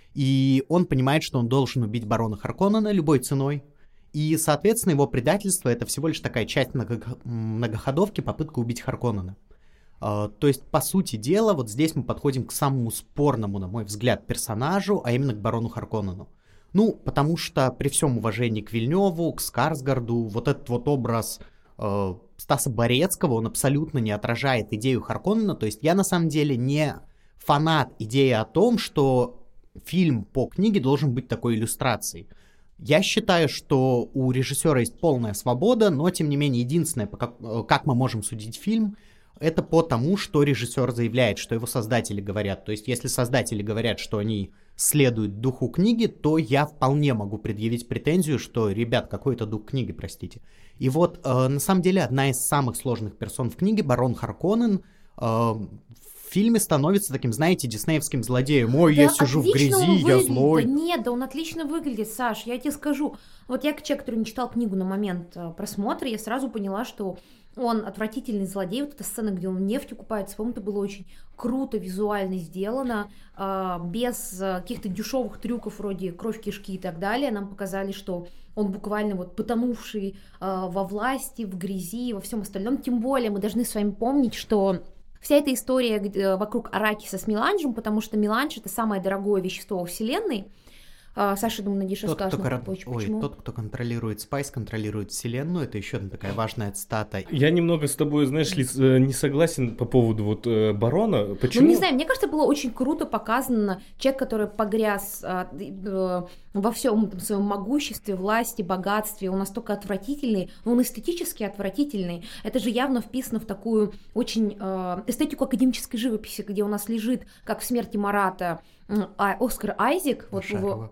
И он понимает, что он должен убить барона Харконнена любой ценой. И, соответственно, его предательство — это всего лишь такая часть много... многоходовки, попытка убить Харконнена. Uh, то есть, по сути дела, вот здесь мы подходим к самому спорному, на мой взгляд, персонажу, а именно к барону Харконнену. Ну, потому что при всем уважении к Вильнёву, к Скарсгарду, вот этот вот образ э, Стаса Борецкого, он абсолютно не отражает идею Харконнена. То есть я на самом деле не фанат идеи о том, что фильм по книге должен быть такой иллюстрацией. Я считаю, что у режиссера есть полная свобода, но тем не менее единственное, как, как мы можем судить фильм, это по тому, что режиссер заявляет, что его создатели говорят. То есть если создатели говорят, что они следуют духу книги, то я вполне могу предъявить претензию, что, ребят, какой это дух книги, простите. И вот, э, на самом деле, одна из самых сложных персон в книге, барон Харконнен, э, в фильме становится таким, знаете, диснеевским злодеем. Ой, да, я сижу в грязи, я злой. Да нет, да он отлично выглядит, Саш, я тебе скажу. Вот я, как человек, который не читал книгу на момент просмотра, я сразу поняла, что он отвратительный злодей. Вот эта сцена, где он нефтью купается, по-моему, это было очень круто визуально сделано, без каких-то дешевых трюков вроде кровь, кишки и так далее. Нам показали, что он буквально вот потонувший во власти, в грязи, во всем остальном. Тем более мы должны с вами помнить, что вся эта история вокруг Аракиса с меланжем, потому что меланж — это самое дорогое вещество во Вселенной. Саша, думаю, надеюсь, расскажешь. Кон... Ой, тот, кто контролирует спайс, контролирует вселенную. Это еще одна такая важная цитата. Я немного с тобой, знаешь ли, не согласен по поводу вот барона. Почему? Ну, не знаю, мне кажется, было очень круто показано. Человек, который погряз а, а, во всем там, своем могуществе, власти, богатстве, он настолько отвратительный, он эстетически отвратительный. Это же явно вписано в такую очень а, эстетику академической живописи, где у нас лежит, как в «Смерти Марата», а, Оскар Айзек. Вот его...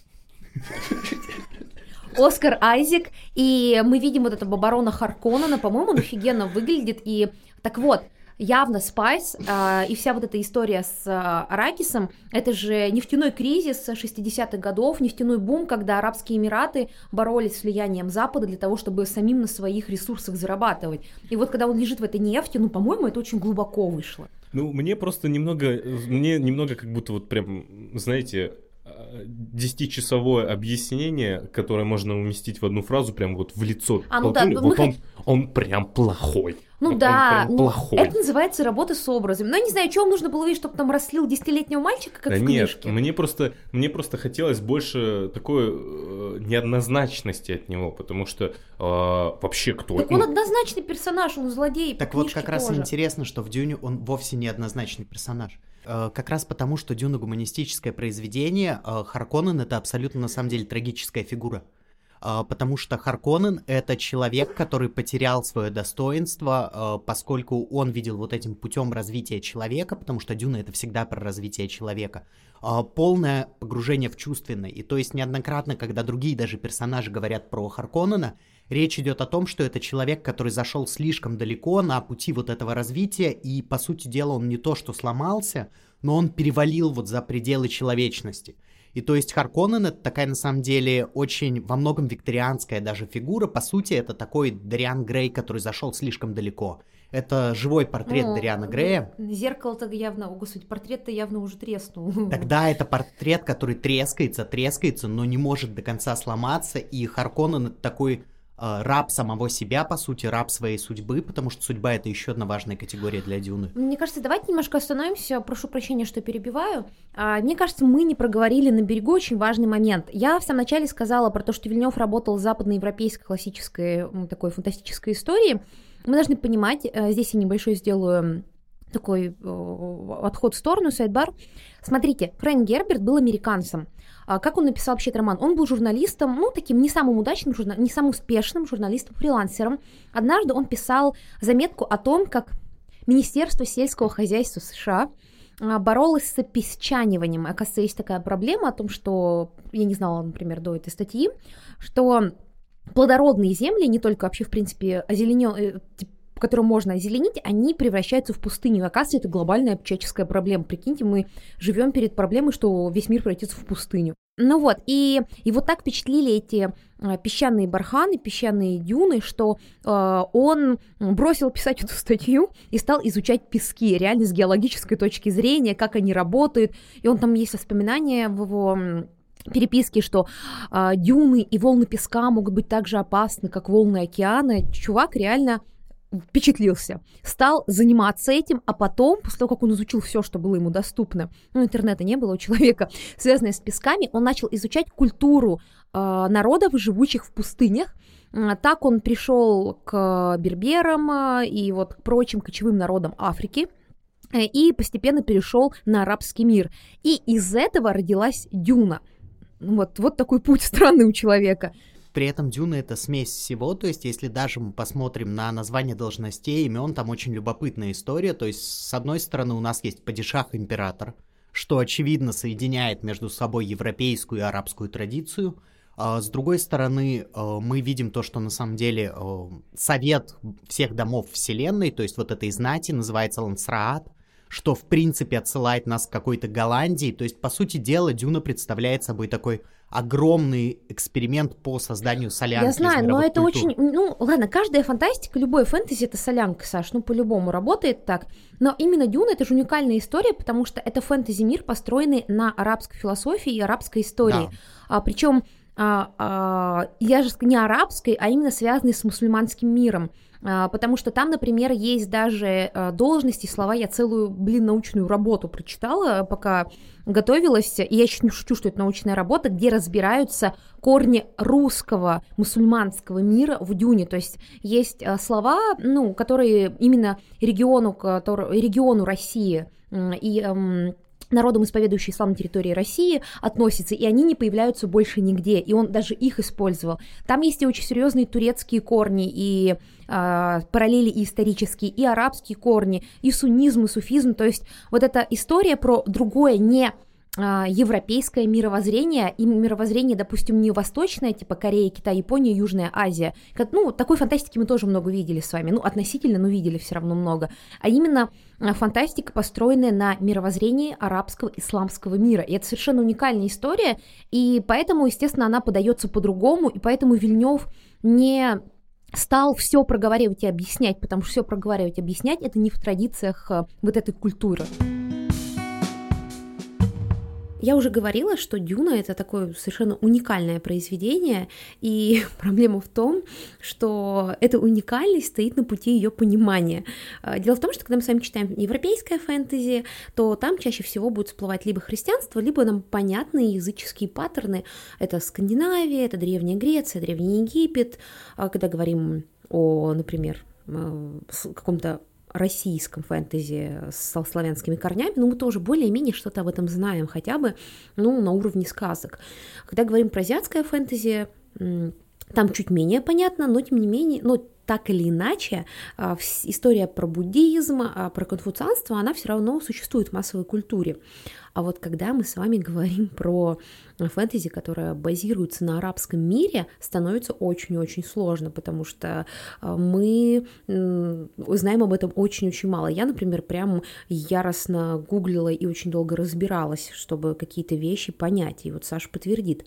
Оскар Айзек, и мы видим вот этого барона Харконнена, по-моему, он офигенно выглядит, и так вот, явно Спайс э, и вся вот эта история с э, Аракисом, это же нефтяной кризис шестидесятых годов, нефтяной бум, когда Арабские Эмираты боролись с влиянием Запада для того, чтобы самим на своих ресурсах зарабатывать, и вот когда он лежит в этой нефти, ну, по-моему, это очень глубоко вышло. Ну, мне просто немного, мне немного как будто вот прям, знаете... десятичасовое объяснение, которое можно уместить в одну фразу, прям вот в лицо. А, ну да, вот мы... он, он прям плохой. Ну он да, прям ну, плохой. Это называется работа с образом. Но я не знаю, что вам нужно было видеть, чтобы там расслил десятилетнего мальчика, как да в нет, книжке? Мне просто, мне просто хотелось больше такой э, неоднозначности от него, потому что э, вообще кто... Так он однозначный персонаж, он злодей. Так вот как раз тоже. Интересно, что в Дюне он вовсе не однозначный персонаж. Как раз потому, что Дюна гуманистическое произведение, Харконнен — это абсолютно на самом деле трагическая фигура. Потому что Харконнен — это человек, который потерял свое достоинство, поскольку он видел вот этим путем развития человека, потому что Дюна — это всегда про развитие человека, полное погружение в чувственное. И то есть неоднократно, когда другие даже персонажи говорят про Харконнена, речь идет о том, что это человек, который зашел слишком далеко на пути вот этого развития, и, по сути дела, он не то что сломался, но он перевалил вот за пределы человечности. И то есть Харконнен — это такая, на самом деле, очень во многом викторианская даже фигура. По сути, это такой Дориан Грей, который зашел слишком далеко. Это живой портрет ну, Дориана Грея. Зеркало-то явно, о, господи, портрет-то явно уже треснул. Тогда это портрет, который трескается, трескается, но не может до конца сломаться. И Харконнен — это такой... раб самого себя, по сути, раб своей судьбы, потому что судьба — это еще одна важная категория для Дюны. Мне кажется, давайте немножко остановимся, прошу прощения, что перебиваю. Мне кажется, мы не проговорили на берегу очень важный момент. Я в самом начале сказала про то, что Вильнёв работал с западноевропейской классической такой фантастической историей. Мы должны понимать, здесь я небольшой сделаю такой отход в сторону, сайдбар. Смотрите, Фрэнк Герберт был американцем. Как он написал вообще этот роман? Он был журналистом, ну, таким не самым удачным, не самым успешным журналистом-фрилансером. Однажды он писал заметку о том, как Министерство сельского хозяйства США боролось с опесчаниванием. Оказывается, есть такая проблема о том, что, я не знала, например, до этой статьи, что плодородные земли, не только вообще, в принципе, озелененные, которую можно озеленить, они превращаются в пустыню. И, оказывается, это глобальная человеческая проблема. Прикиньте, мы живем перед проблемой, что весь мир превратится в пустыню. Ну вот, и, и вот так впечатлили эти э, песчаные барханы, песчаные дюны, что э, он бросил писать эту статью и стал изучать пески, реально с геологической точки зрения, как они работают. И он там есть воспоминания в его переписке, что э, дюны и волны песка могут быть так же опасны, как волны океана. Чувак реально впечатлился, стал заниматься этим, а потом, после того, как он изучил все, что было ему доступно, ну, интернета не было у человека, связанное с песками, он начал изучать культуру э, народов, живущих в пустынях. Э, так он пришел к берберам э, и вот к прочим кочевым народам Африки э, и постепенно перешел на арабский мир. И из этого родилась Дюна. Вот, вот такой путь странный у человека. При этом Дюна — это смесь всего, то есть если даже мы посмотрим на название должностей, имен, там очень любопытная история, то есть с одной стороны у нас есть падишах-император, что очевидно соединяет между собой европейскую и арабскую традицию, а с другой стороны мы видим то, что на самом деле совет всех домов вселенной, то есть вот этой знати, называется Лансраат, что в принципе отсылает нас к какой-то Голландии. То есть, по сути дела, Дюна представляет собой такой огромный эксперимент по созданию солянки. Я знаю, из но это культур. очень... Ну, ладно, каждая фантастика, любой фэнтези — это солянка, Саш, ну, по-любому работает так. Но именно Дюна — это же уникальная история, потому что это фэнтези-мир, построенный на арабской философии и арабской истории. Да. А, причем а, а, я же не арабской, а именно связанной с мусульманским миром. А, потому что там, например, есть даже а, должности, слова, я целую, блин, научную работу прочитала, пока готовилась, и я еще не шучу, что это научная работа, где разбираются корни русского мусульманского мира в Дюне, то есть есть а, слова, ну, которые именно региону, который, региону России и... Эм, народам, исповедующим ислам на территории России, относятся, и они не появляются больше нигде, и он даже их использовал. Там есть и очень серьезные турецкие корни, и э, параллели и исторические, и арабские корни, и суннизм, и суфизм, то есть вот эта история про другое, не европейское мировоззрение, и мировоззрение, допустим, не восточное, типа Корея, Китай, Япония, Южная Азия. Ну, такой фантастики мы тоже много видели с вами, ну, относительно, но видели все равно много. А именно фантастика, построенная на мировоззрении арабского исламского мира. И это совершенно уникальная история, и поэтому, естественно, она подается по-другому, и поэтому Вильнёв не стал все проговаривать и объяснять, потому что все проговаривать и объяснять — это не в традициях вот этой культуры. Я уже говорила, что «Дюна» — это такое совершенно уникальное произведение, и проблема в том, что эта уникальность стоит на пути ее понимания. Дело в том, что когда мы с вами читаем европейское фэнтези, то там чаще всего будет всплывать либо христианство, либо нам понятные языческие паттерны. Это Скандинавия, это Древняя Греция, Древний Египет. Когда говорим о, например, каком-то российском фэнтези со славянскими корнями, но мы тоже более-менее что-то об этом знаем, хотя бы, ну, на уровне сказок. Когда говорим про азиатское фэнтези, там чуть менее понятно, но тем не менее, но так или иначе, история про буддизм, про конфуцианство, она все равно существует в массовой культуре. А вот когда мы с вами говорим про фэнтези, которое базируется на арабском мире, становится очень-очень сложно, потому что мы знаем об этом очень-очень мало. Я, например, прям яростно гуглила и очень долго разбиралась, чтобы какие-то вещи понять, и вот Саша подтвердит.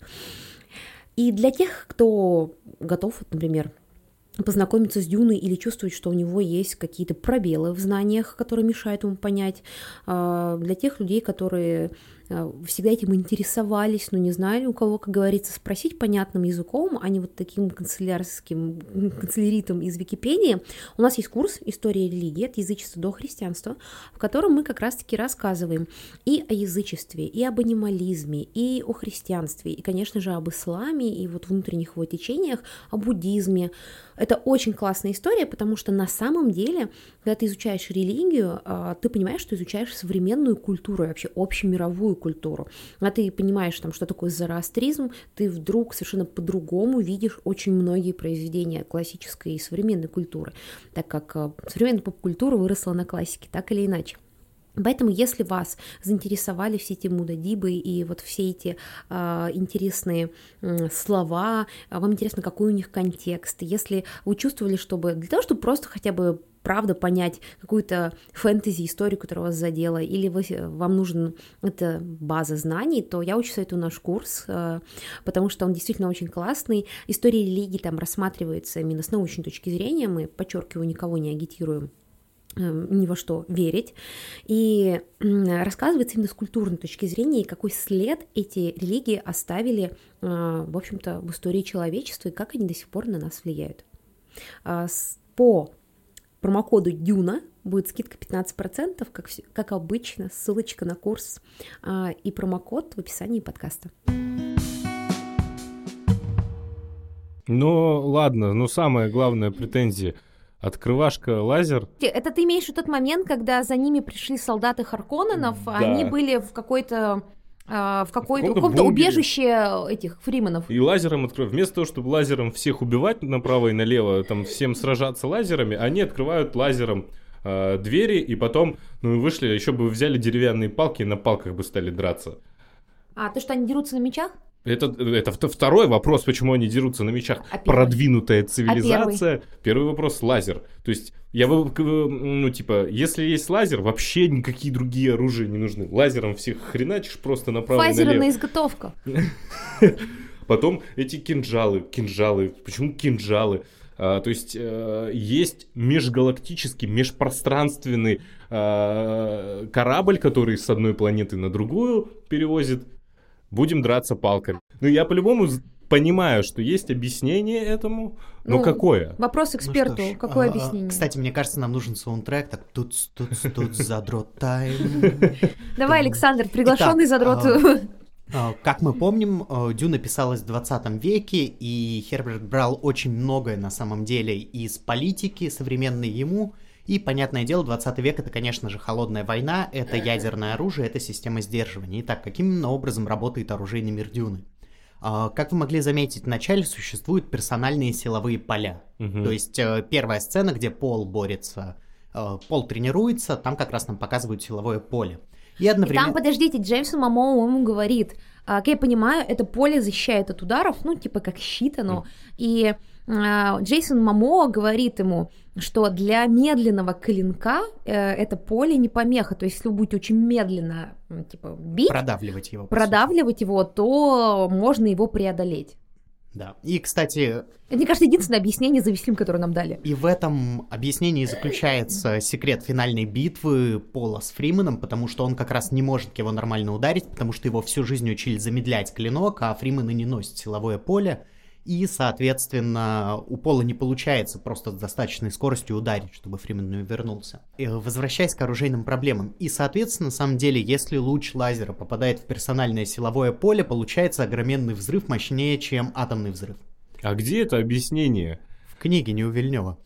И для тех, кто готов, например, познакомиться с Дюной или чувствовать, что у него есть какие-то пробелы в знаниях, которые мешают ему понять, для тех людей, которые всегда этим интересовались, но не знали у кого, как говорится, спросить понятным языком, а не вот таким канцелярским канцеляритом из Википедии. У нас есть курс «История религии от язычества до христианства», в котором мы как раз-таки рассказываем и о язычестве, и об анимализме, и о христианстве, и, конечно же, об исламе, и вот внутренних его течениях, о буддизме. Это очень классная история, потому что на самом деле, когда ты изучаешь религию, ты понимаешь, что изучаешь современную культуру, вообще общемировую культуру. А ты понимаешь, там, что такое зороастризм, ты вдруг совершенно по-другому видишь очень многие произведения классической и современной культуры, так как современная поп-культура выросла на классике, так или иначе. Поэтому, если вас заинтересовали все эти мудадибы и вот все эти э, интересные э, слова, вам интересно, какой у них контекст, если вы чувствовали, чтобы для того, чтобы просто хотя бы правда понять какую-то фэнтези, историю, которая вас задела, или вы, вам нужна эта база знаний, то я очень советую наш курс, э, потому что он действительно очень классный. История религии там рассматривается именно с научной точки зрения, мы, подчеркиваю, никого не агитируем ни во что верить, и рассказывается именно с культурной точки зрения, и какой след эти религии оставили, в общем-то, в истории человечества, и как они до сих пор на нас влияют. По промокоду Дюна будет скидка пятнадцать процентов, как, как обычно, ссылочка на курс и промокод в описании подкаста. Ну, ладно, но самая главная претензия — открывашка лазер. Это ты имеешь в тот момент, когда за ними пришли солдаты Харконненов, да. Они были в какой-то в, какой в каком-то убежище этих фриманов. И лазером открывают. Вместо того, чтобы лазером всех убивать направо и налево, там всем сражаться лазерами, они открывают лазером э, двери, и потом, ну, вышли, еще бы взяли деревянные палки и на палках бы стали драться. А, то, что они дерутся на мечах? Это, это второй вопрос, почему они дерутся на мечах. А Продвинутая цивилизация. А первый? Первый вопрос — лазер. То есть, я бы, ну, типа, если есть лазер, вообще никакие другие оружия не нужны. Лазером всех хреначишь просто направо и налево. Фазерная изготовка. Потом эти кинжалы, кинжалы, почему кинжалы? А, то есть э, есть межгалактический, межпространственный э, корабль, который с одной планеты на другую перевозит. Будем драться палками. Ну, я по-любому понимаю, что есть объяснение этому, но ну, какое? Вопрос эксперту. Ну, какое а, объяснение? Кстати, мне кажется, нам нужен саундтрек. Так, тут, тут, тут, задрот тайм. Давай, Александр, приглашенный задрот. Как мы помним, Дюна писалась в двадцатом веке, и Херберт брал очень многое на самом деле из политики, современной ему. И, понятное дело, двадцатый век — это, конечно же, холодная война, это ядерное оружие, это система сдерживания. Итак, каким именно образом работает оружейный мир Дюны? Как вы могли заметить, вначале существуют персональные силовые поля. Угу. То есть первая сцена, где Пол борется, Пол тренируется, там как раз нам показывают силовое поле. И, одновременно... и там, подождите, Джеймсон Момоа ему говорит, как я понимаю, это поле защищает от ударов, ну, типа как щит оно, mm. и э, Джейсон Момоа говорит ему, что для медленного клинка э, это поле не помеха, то есть если вы будете очень медленно, типа, бить, продавливать его, продавливать его, то можно его преодолеть. Да, и, кстати... Это, мне кажется, единственное объяснение за весь фильм, которое нам дали. И в этом объяснении заключается секрет финальной битвы Пола с Фрименом, потому что он как раз не может его нормально ударить, потому что его всю жизнь учили замедлять клинок, а Фримены не носят силовое поле. И, соответственно, у Пола не получается просто с достаточной скоростью ударить, чтобы Фримен не вернулся. И, возвращаясь к оружейным проблемам. И, соответственно, на самом деле, если луч лазера попадает в персональное силовое поле, получается огроменный взрыв мощнее, чем атомный взрыв. А где это объяснение? В книге, не у Вильнёва.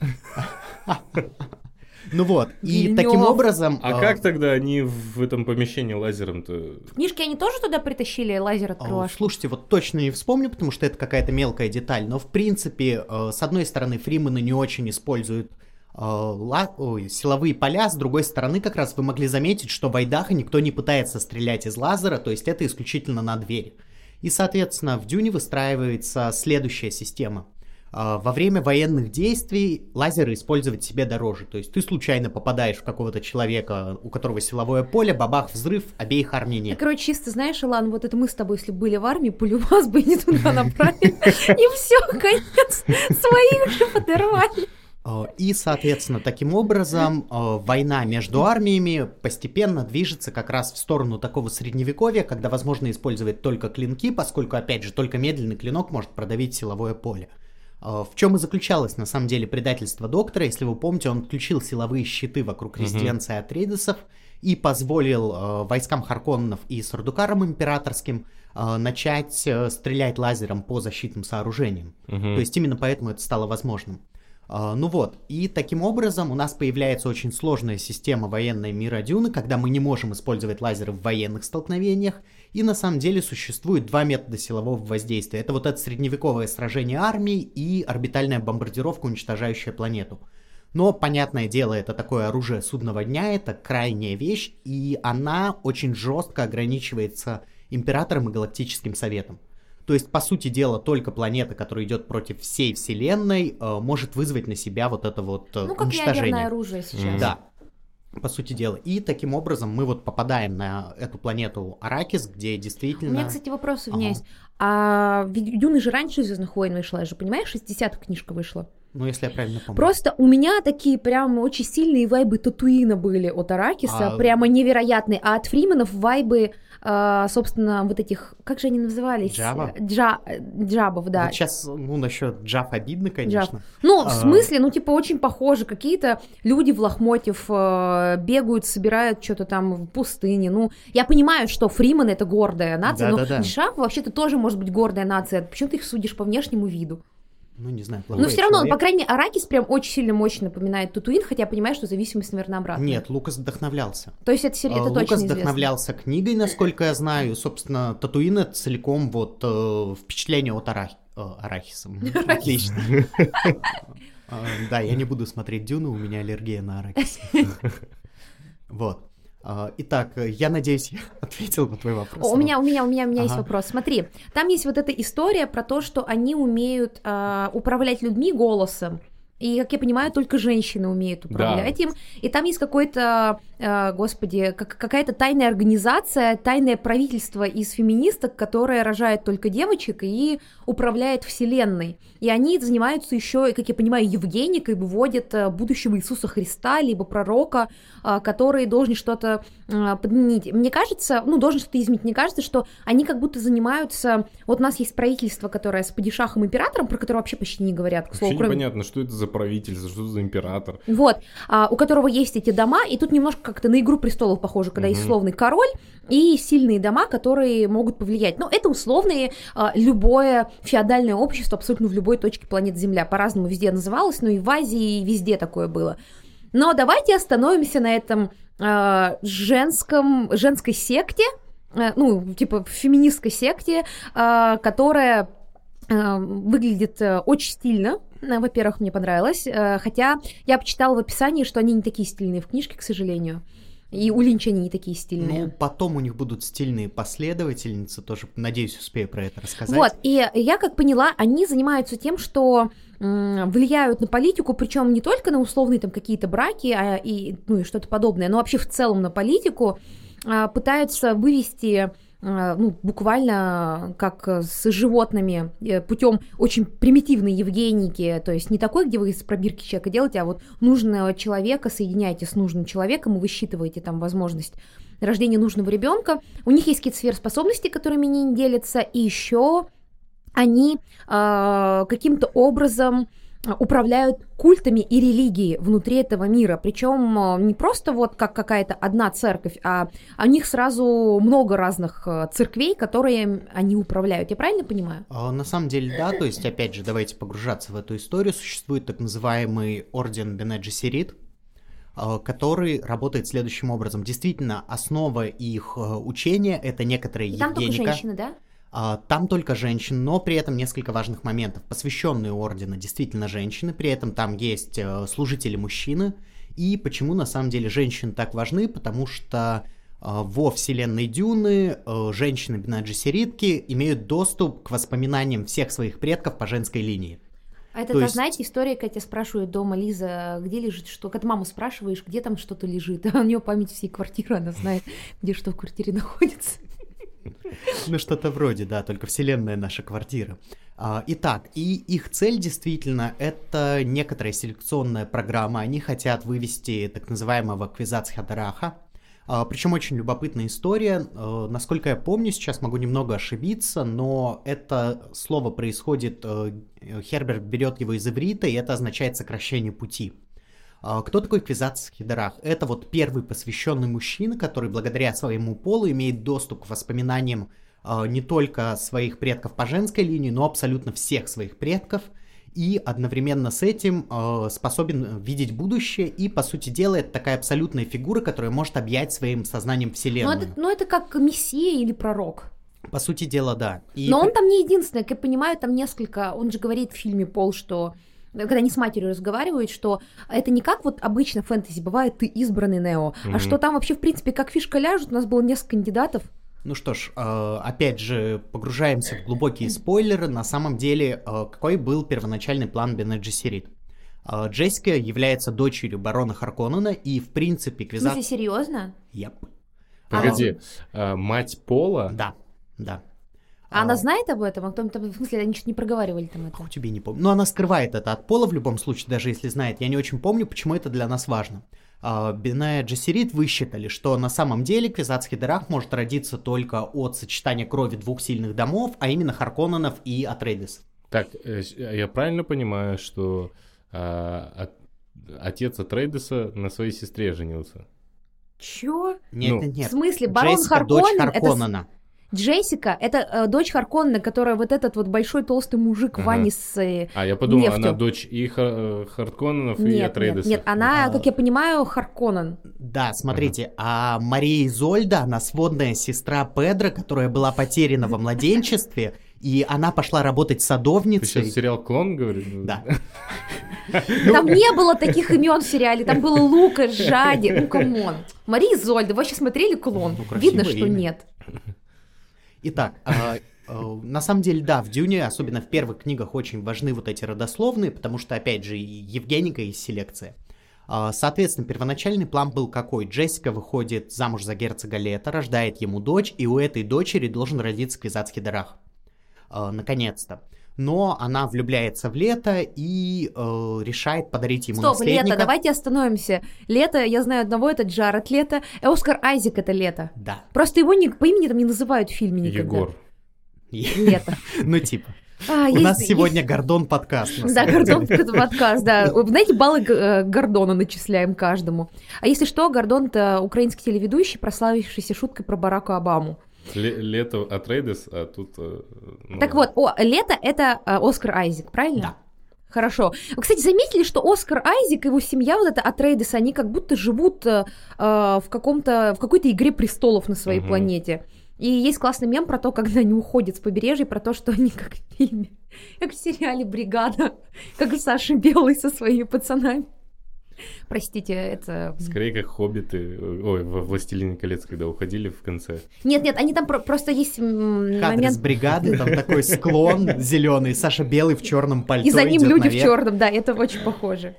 Ну вот, и таким образом... А как тогда они в этом помещении лазером-то... В книжке они тоже туда притащили лазер от крылашки? Слушайте, вот точно не вспомню, потому что это какая-то мелкая деталь, но в принципе, с одной стороны, Фримены не очень используют Ой, силовые поля, с другой стороны, как раз вы могли заметить, что в Айдахо никто не пытается стрелять из лазера, то есть это исключительно на двери. И, соответственно, в Дюне выстраивается следующая система. Во время военных действий лазеры использовать себе дороже. То есть ты случайно попадаешь в какого-то человека, у которого силовое поле, бабах, взрыв, обеих армий нет. Короче, чисто, знаешь, Илан, вот это мы с тобой, если были в армии, пулю вас бы не туда направили. И все, конец. Своих же подорвали. И, соответственно, таким образом, война между армиями постепенно движется как раз в сторону такого средневековья, когда возможно использовать только клинки, поскольку, опять же, только медленный клинок может продавить силовое поле. В чем и заключалось, на самом деле, предательство Доктора. Если вы помните, он включил силовые щиты вокруг резиденции mm-hmm. Атрейдесов и позволил э, войскам Харконненов и Сардукарам императорским э, начать э, стрелять лазером по защитным сооружениям. Mm-hmm. То есть именно поэтому это стало возможным. Uh, ну вот, и таким образом у нас появляется очень сложная система военной мира Дюны, когда мы не можем использовать лазеры в военных столкновениях, и на самом деле существует два метода силового воздействия. Это вот это средневековое сражение армий и орбитальная бомбардировка, уничтожающая планету. Но, понятное дело, это такое оружие судного дня, это крайняя вещь, и она очень жестко ограничивается Императором и Галактическим Советом. То есть, по сути дела, только планета, которая идет против всей Вселенной, э, может вызвать на себя вот это вот э, ну, как уничтожение. Ядерное оружие сейчас. Mm-hmm. Да, по сути дела. И таким образом мы вот попадаем на эту планету Аракис, где действительно... У меня, кстати, вопрос у меня ага. есть. А ведь Дюна же раньше «Звездных войн» вышла, я же понимаешь, шестидесятых книжка вышла. Ну, если я правильно помню. Просто у меня такие прям очень сильные вайбы Татуина были от Аракиса, а... прямо невероятные, а от Фрименов вайбы, э, собственно, вот этих, как же они назывались? Джаба? Джа... Джабов, да. Вот сейчас, ну, насчет Джаб обидно, конечно. Джаб. Ну, а... в смысле, ну, типа, очень похожи, какие-то люди в лохмотьев э, бегают, собирают что-то там в пустыне, ну, я понимаю, что Фримены — это гордая нация, да, но да, да. Джаб вообще-то тоже может быть гордая нация, почему ты их судишь по внешнему виду? Ну, не знаю, но все равно, по крайней мере, Аракис прям очень сильно мощно напоминает Татуин, хотя я понимаю, что зависимость, наверное, обратная. Нет, Лукас вдохновлялся. То есть это, это Лукас точно известно. вдохновлялся книгой, насколько я знаю. Собственно, Татуин — это целиком вот э, впечатление от Арах... э, Арахиса. Отлично. Да, я не буду смотреть Дюну, у меня аллергия на Аракис. Вот. Итак, я надеюсь, я ответил на твой вопрос. О, у меня, у меня, у меня, у меня ага. есть вопрос. Смотри, там есть вот эта история про то, что они умеют э, управлять людьми голосом. И, как я понимаю, только женщины умеют управлять да. им. И там есть какой-то, э, господи, как, какая-то тайная организация, тайное правительство из феминисток, которое рожает только девочек и управляет вселенной. И они занимаются еще, как я понимаю, евгеникой, выводят будущего Иисуса Христа, либо пророка, э, который должен что-то э, подменить. Мне кажется, ну, должен что-то изменить. Мне кажется, что они как будто занимаются... Вот у нас есть правительство, которое с падишахом императором, про которое вообще почти не говорят. К слову, вообще кроме... непонятно, что это за правительство, что за император. Вот, а, у которого есть эти дома, и тут немножко как-то на «Игру престолов» похоже, когда mm-hmm. есть условный король и сильные дома, которые могут повлиять. Но это условные а, любое феодальное общество абсолютно в любой точке планеты Земля. По-разному везде называлось, но и в Азии везде такое было. Но давайте остановимся на этом а, женском, женской секте, а, ну, типа феминистской секте, а, которая а, выглядит а, очень стильно. Во-первых, мне понравилось, хотя я почитала в описании, что они не такие стильные в книжке, к сожалению, и у Линча они не такие стильные. Ну, потом у них будут стильные последовательницы, тоже, надеюсь, успею про это рассказать. Вот, и я как поняла, они занимаются тем, что м, влияют на политику, причем не только на условные там какие-то браки, а и, ну, и что-то подобное, но вообще в целом на политику, а, пытаются вывести... ну, буквально как с животными, путем очень примитивной евгеники, то есть не такой, где вы из пробирки человека делаете, а вот нужного человека соединяете с нужным человеком и высчитываете там возможность рождения нужного ребенка. У них есть какие-то сверхспособности, которыми они не делятся, и еще они э, каким-то образом управляют культами и религией внутри этого мира, причем не просто вот как какая-то одна церковь, а у них сразу много разных церквей, которые они управляют. Я правильно понимаю? На самом деле, да, то есть, опять же, давайте погружаться в эту историю. Существует так называемый орден Бене Джессерит, который работает следующим образом. Действительно, основа их учения — это некоторая евгеника. Там только женщины, да? Там только женщины, но при этом несколько важных моментов. Посвященные ордена действительно женщины, при этом там есть служители мужчины. И почему на самом деле женщины так важны? Потому что во вселенной Дюны женщины Бене Джессеритки имеют доступ к воспоминаниям всех своих предков по женской линии. А это, есть... знаете, история, когда тебя спрашивают дома, Лиза, где лежит что? Когда маму спрашиваешь, где там что-то лежит, а у нее память всей квартиры, она знает, где что в квартире находится. Ну, что-то вроде, да, только вселенная наша квартира. Итак, и их цель действительно это некоторая селекционная программа. Они хотят вывести так называемого Квизац-Хадараха. Причем очень любопытная история. Насколько я помню, сейчас могу немного ошибиться, но это слово происходит, Херберт берет его из иврита, и это означает сокращение пути. Кто такой Квизац-Хадарах? Это вот первый посвященный мужчина, который благодаря своему полу имеет доступ к воспоминаниям не только своих предков по женской линии, но абсолютно всех своих предков, и одновременно с этим способен видеть будущее, и, по сути дела, это такая абсолютная фигура, которая может объять своим сознанием вселенную. Но это, но это как мессия или пророк. По сути дела, да. И... Но он там не единственный, как я понимаю, там несколько, он же говорит в фильме Пол, что... Когда они с матерью разговаривают, что это не как вот обычно в фэнтези бывает, ты избранный Нео, mm-hmm. а что там вообще, в принципе, как фишка ляжет, у нас было несколько кандидатов. Ну что ж, опять же, погружаемся в глубокие спойлеры. На самом деле, какой был первоначальный план Бене Джессерит? Джессика является дочерью барона Харконнена, и, в принципе, Квизац... В смысле, серьезно? Yep. Погоди, а, мать Пола? Да, да. А, а она знает об этом? А кто там, в смысле, они что-то не проговаривали там это? Хоть тебе не помню. Но она скрывает это от Пола в любом случае, даже если знает. Я не очень помню, почему это для нас важно. Бене Джессерит высчитали, что на самом деле Квизац-Хадарах может родиться только от сочетания крови двух сильных домов, а именно Харконненов и Атрейдесов. Так, я правильно понимаю, что а, отец Атрейдеса на своей сестре женился? Чё? Нет, ну, нет, нет. В смысле, барон Джессика, Харконнен? дочь Харконнена. Это... Джессика — это э, дочь Харконнена, которая вот этот вот большой толстый мужик ага. Вани с э, А, я подумал, нефтью. Она дочь и Хар- Харконненов, нет, и Атрейдесов. Нет, нет, она, а... как я понимаю, Харконнен. Да, смотрите, ага. а Мария Изольда, она сводная сестра Педро, которая была потеряна во младенчестве, и она пошла работать садовницей. Ты сейчас сериал «Клон» говоришь? Да. Там не было таких имен в сериале, там было Лука, Жади, ну камон. Мария Изольда, вы вообще смотрели «Клон»? Ну, видно, что имя. нет. Итак, э, э, на самом деле, да, в «Дюне», особенно в первых книгах, очень важны вот эти родословные, потому что, опять же, и Евгеника есть селекция. Э, соответственно, первоначальный план был какой? Джессика выходит замуж за герцога Лето, рождает ему дочь, и у этой дочери должен родиться Квизацкий Дарах. Э, наконец-то. Но она влюбляется в Лето и э, решает подарить ему Стоп, наследника. Лето, давайте остановимся. Лето, я знаю одного, это Джаред Лето, а Оскар Айзек это Лето. Да. Просто его не, по имени там не называют в фильме никогда. Егор. Лето. Ну, типа. А, У есть- нас есть- сегодня Гордон подкаст. на Да, самом Гордон деле. подкаст, да. Вы знаете, баллы э, Гордона начисляем каждому. А если что, Гордон — это украинский телеведущий, прославившийся шуткой про Барака Обаму. Ле- Лето Атрейдес, а тут... э, ну, Так вот, о, Лето — это э, Оскар Айзек, правильно? Да. Хорошо. Вы, кстати, заметили, что Оскар Айзек и его семья, вот это Атрейдес, они как будто живут э, э, в каком-то, в какой-то игре престолов на своей Мгм. планете. И есть классный мем про то, когда они уходят с побережья, про то, что они как в фильме, как в сериале «Бригада», как Саша Белый со своими пацанами. Простите, это... Скорее, как хоббиты, ой, во «Властелине колец», когда уходили в конце. Нет-нет, они там про- просто есть м, Кадр момент... с бригады, там такой склон зеленый, Саша Белый в черном пальто. И за ним идет люди в наверх. черном, да, это очень похоже.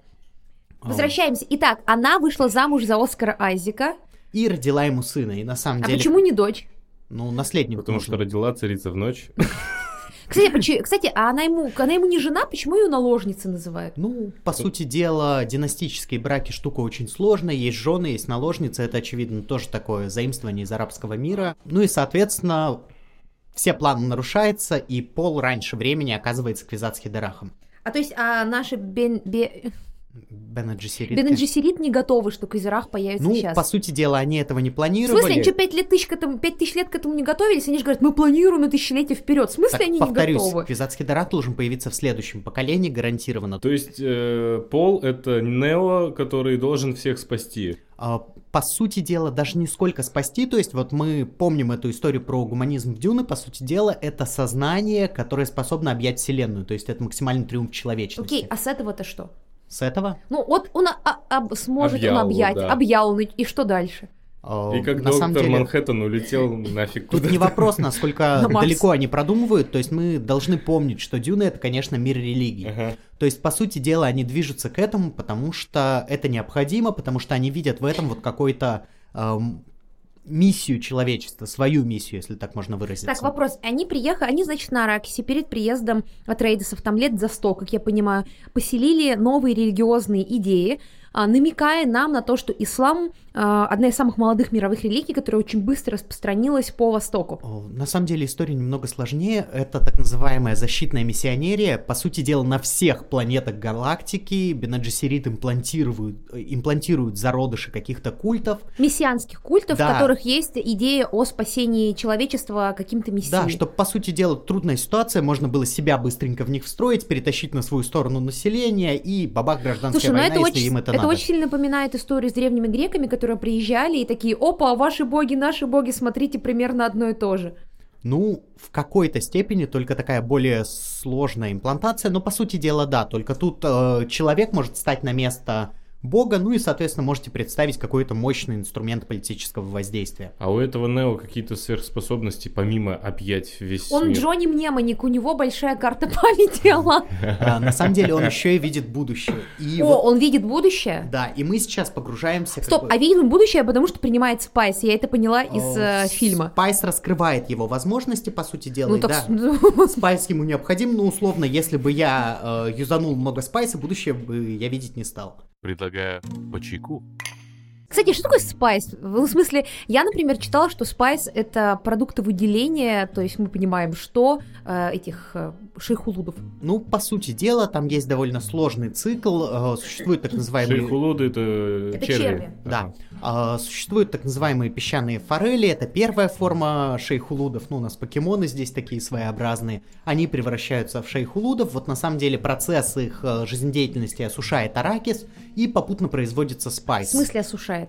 А. Возвращаемся. Итак, она вышла замуж за Оскара Айзека. И родила ему сына, и на самом А деле... почему не дочь? Ну, наследник Потому что нужен. родила царица в ночь. Кстати, поч- кстати, а она ему, она ему не жена, почему ее наложницей называют? Ну, по сути дела, династические браки штука очень сложная, есть жены, есть наложницы, это, очевидно, тоже такое заимствование из арабского мира. Ну и, соответственно, все планы нарушаются, и Пол раньше времени оказывается Квизацкий Дарахом. А то есть, а наши Бен, Бе- Бен Джессерит. Бен и Джессерит не готовы, что Квизерах появится Ну, сейчас? по сути дела, они этого не В планировали. смысле, они что, пять лет тысяч к этому, пять тысяч лет к этому не готовились? Они же говорят, мы планируем на тысячелетие вперед. В смысле, Так, они повторюсь, не готовы? Квизацкий Дарах должен появиться в следующем поколении, гарантированно. То есть э, Пол — это Нео, который должен всех спасти. А, По сути дела, даже не сколько спасти, то есть вот мы помним эту историю про гуманизм в Дюне, по сути дела, это сознание, которое способно объять вселенную, то есть это максимальный триумф человечности. Окей, а с этого-то что? С этого? Ну, вот он а- а- сможет Объял, он объять, да. объял, ну и что дальше? а, И как на самом доктор деле, Манхэттен улетел нафиг тут куда-то. не вопрос, насколько На Марс. далеко они продумывают, то есть мы должны помнить, что Дюна — это, конечно, мир религий. Ага. То есть, по сути дела, они движутся к этому, потому что это необходимо, потому что они видят в этом вот какой-то эм, миссию человечества, свою миссию, если так можно выразиться. Так, вопрос. Они приехали, они, значит, на Аракисе перед приездом Атрейдесов, там лет за сто, как я понимаю, поселили новые религиозные идеи, а, намекая нам на то, что ислам а, одна из самых молодых мировых религий, которая очень быстро распространилась по Востоку. О, На самом деле история немного сложнее. Это так называемая защитная миссионерия. По сути дела, на всех планетах галактики Бен Джессерит имплантируют, имплантируют зародыши каких-то культов. Мессианских культов, Да. в которых есть идея о спасении человечества каким-то мессией. Да, чтобы, по сути дела, трудная ситуация, можно было себя быстренько в них встроить, перетащить на свою сторону населения, и бабах, гражданская Слушай, ну война, это если очень, им это, это надо. очень сильно напоминает историю с древними греками, которые приезжали и такие: опа, ваши боги, наши боги, смотрите, примерно одно и то же. Ну, в какой-то степени только такая более сложная имплантация, но по сути дела, да, только тут э, человек может стать на место бога, ну и, соответственно, можете представить какой-то мощный инструмент политического воздействия. А у этого Нео какие-то сверхспособности, помимо объять весь Он мир? Джонни Мнемоник, у него большая карта памяти, Алан. А, На самом деле он еще и видит будущее. И О, вот- он видит будущее? Да, и мы сейчас погружаемся... как Стоп, бы- а видит он будущее, потому что принимает Спайс, я это поняла из Э, э, фильма. Спайс раскрывает его возможности, по сути дела, Ну и так, да. с- Спайс ему необходим, но условно, если бы я э, юзанул много спайса, будущее бы я видеть не стал. Предлагаю по чайку. Кстати, что такое спайс? Ну, в смысле, я, например, читала, что спайс — это продукты выделения, то есть мы понимаем, что э, этих э, шейхулудов. Ну, по сути дела, там есть довольно сложный цикл, э, существует так называемые... Шейхулуды — это, Это черви. черви. Да, А, существуют так называемые песчаные форели, это первая форма шейхулудов, ну, у нас покемоны здесь такие своеобразные, они превращаются в шейхулудов, вот на самом деле процесс их э, жизнедеятельности осушает аракис, и попутно производится В спайс. смысле осушает?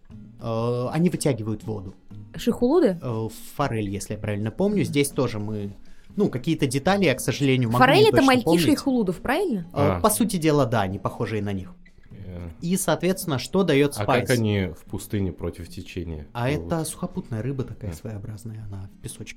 Э, они вытягивают воду. Шейхулуды? Э, форель, если я правильно помню, здесь тоже мы... Ну, какие-то детали я, к сожалению, могу Форель — не это точно мальки помнить. шейхулудов, правильно? Э, А. По сути дела, да, они похожие на них. Э, И, соответственно, что дает спайс? А как они в пустыне против течения? А вот. Это сухопутная рыба такая своеобразная, она в песочке.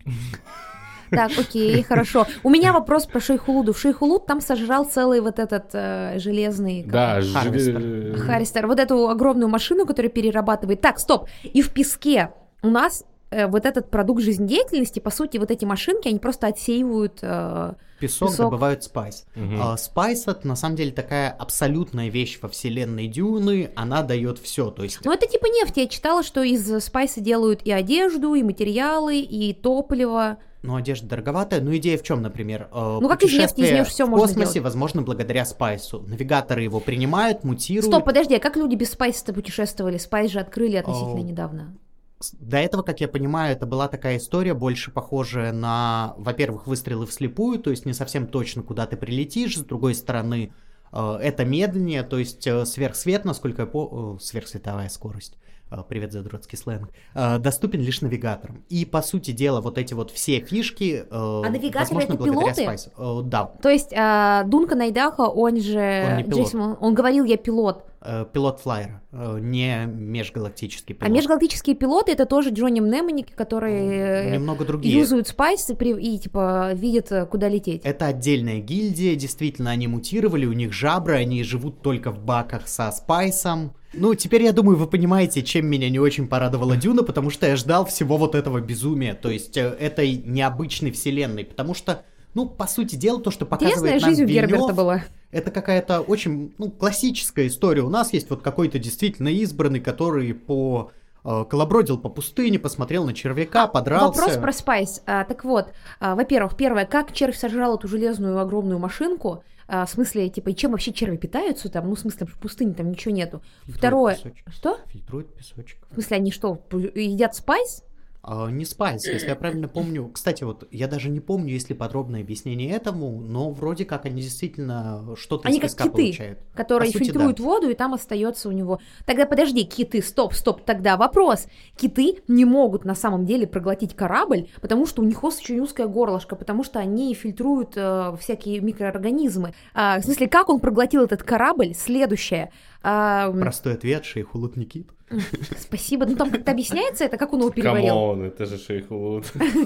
Так, окей, хорошо. У меня вопрос про Шейхулуду. В Шейхулуд там сожрал целый вот этот э, железный... Да, Харвестер. Харвестер. Вот эту огромную машину, которая перерабатывает. Так, стоп. И в песке у нас э, вот этот продукт жизнедеятельности, по сути, вот эти машинки, они просто отсеивают... Э, Песок, песок, добывают спайс. Угу. Спайс — это на самом деле такая абсолютная вещь во вселенной Дюны, она дает все. То есть... Ну это типа нефть. Я читала, что из спайса делают и одежду, и материалы, и топливо. Ну, одежда дороговатая. Ну, идея в чем, например? Ну, как из нефти, из нее все в можно космосе, делать. Возможно, благодаря спайсу. Навигаторы его принимают, мутируют. Стоп, подожди, а как люди без спайса-то путешествовали? Спайс же открыли относительно О... недавно. До этого, как я понимаю, это была такая история, больше похожая на, во-первых, выстрелы вслепую, то есть не совсем точно, куда ты прилетишь, с другой стороны, это медленнее, то есть сверхсвет, насколько я помню, сверхсветовая скорость. Привет, задротский сленг, доступен лишь навигаторам. И, по сути дела, вот эти вот все фишки, а навигаторы возможно, это благодаря пилоты? Спайсу. Да. То есть Дункан Айдахо, он же... Он не пилот. Джейсон, он говорил, я пилот. Пилот флайера, не межгалактический пилот. А межгалактические пилоты — это тоже Джонни Мнемоники, которые немного другие. Юзают спайс и, и типа видят, куда лететь. Это отдельная гильдия, действительно, они мутировали, у них жабры, они живут только в баках со спайсом. Ну, теперь, я думаю, вы понимаете, чем меня не очень порадовала Дюна, потому что я ждал всего вот этого безумия, то есть этой необычной вселенной, потому что, ну, по сути дела, то, что показывает Интересная нам жизнь у Вильнёв, Герберта была. Это какая-то очень, ну, классическая история. У нас есть вот какой-то действительно избранный, который по... колобродил по пустыне, посмотрел на червяка, а, подрался. Вопрос про спайс. А, так вот, а, во-первых, первое, как червь сожрал эту железную огромную машинку? А, в смысле, типа, и чем вообще черви питаются там? Ну, в смысле, в пустыне там ничего нету. Фильтрует Второе... Песочек. Что? Фильтрует песочек. В смысле, они что, едят спайс? А, не спайс, если я правильно помню. Кстати, вот я даже не помню, есть ли подробное объяснение этому, но вроде как они действительно что-то они из песка как киты, получают. которые По сути, фильтруют да. воду, и там остается у него. Тогда подожди, киты, стоп, стоп, тогда вопрос. Киты не могут на самом деле проглотить корабль, потому что у них очень узкое горлышко, потому что они фильтруют э, всякие микроорганизмы. А, в смысле, как он проглотил этот корабль? Следующее. А, Простой ответ, Шейхулуд не кит. Спасибо. Ну там как-то объясняется это, как он его переварил. Камон, это же Шейхулуд.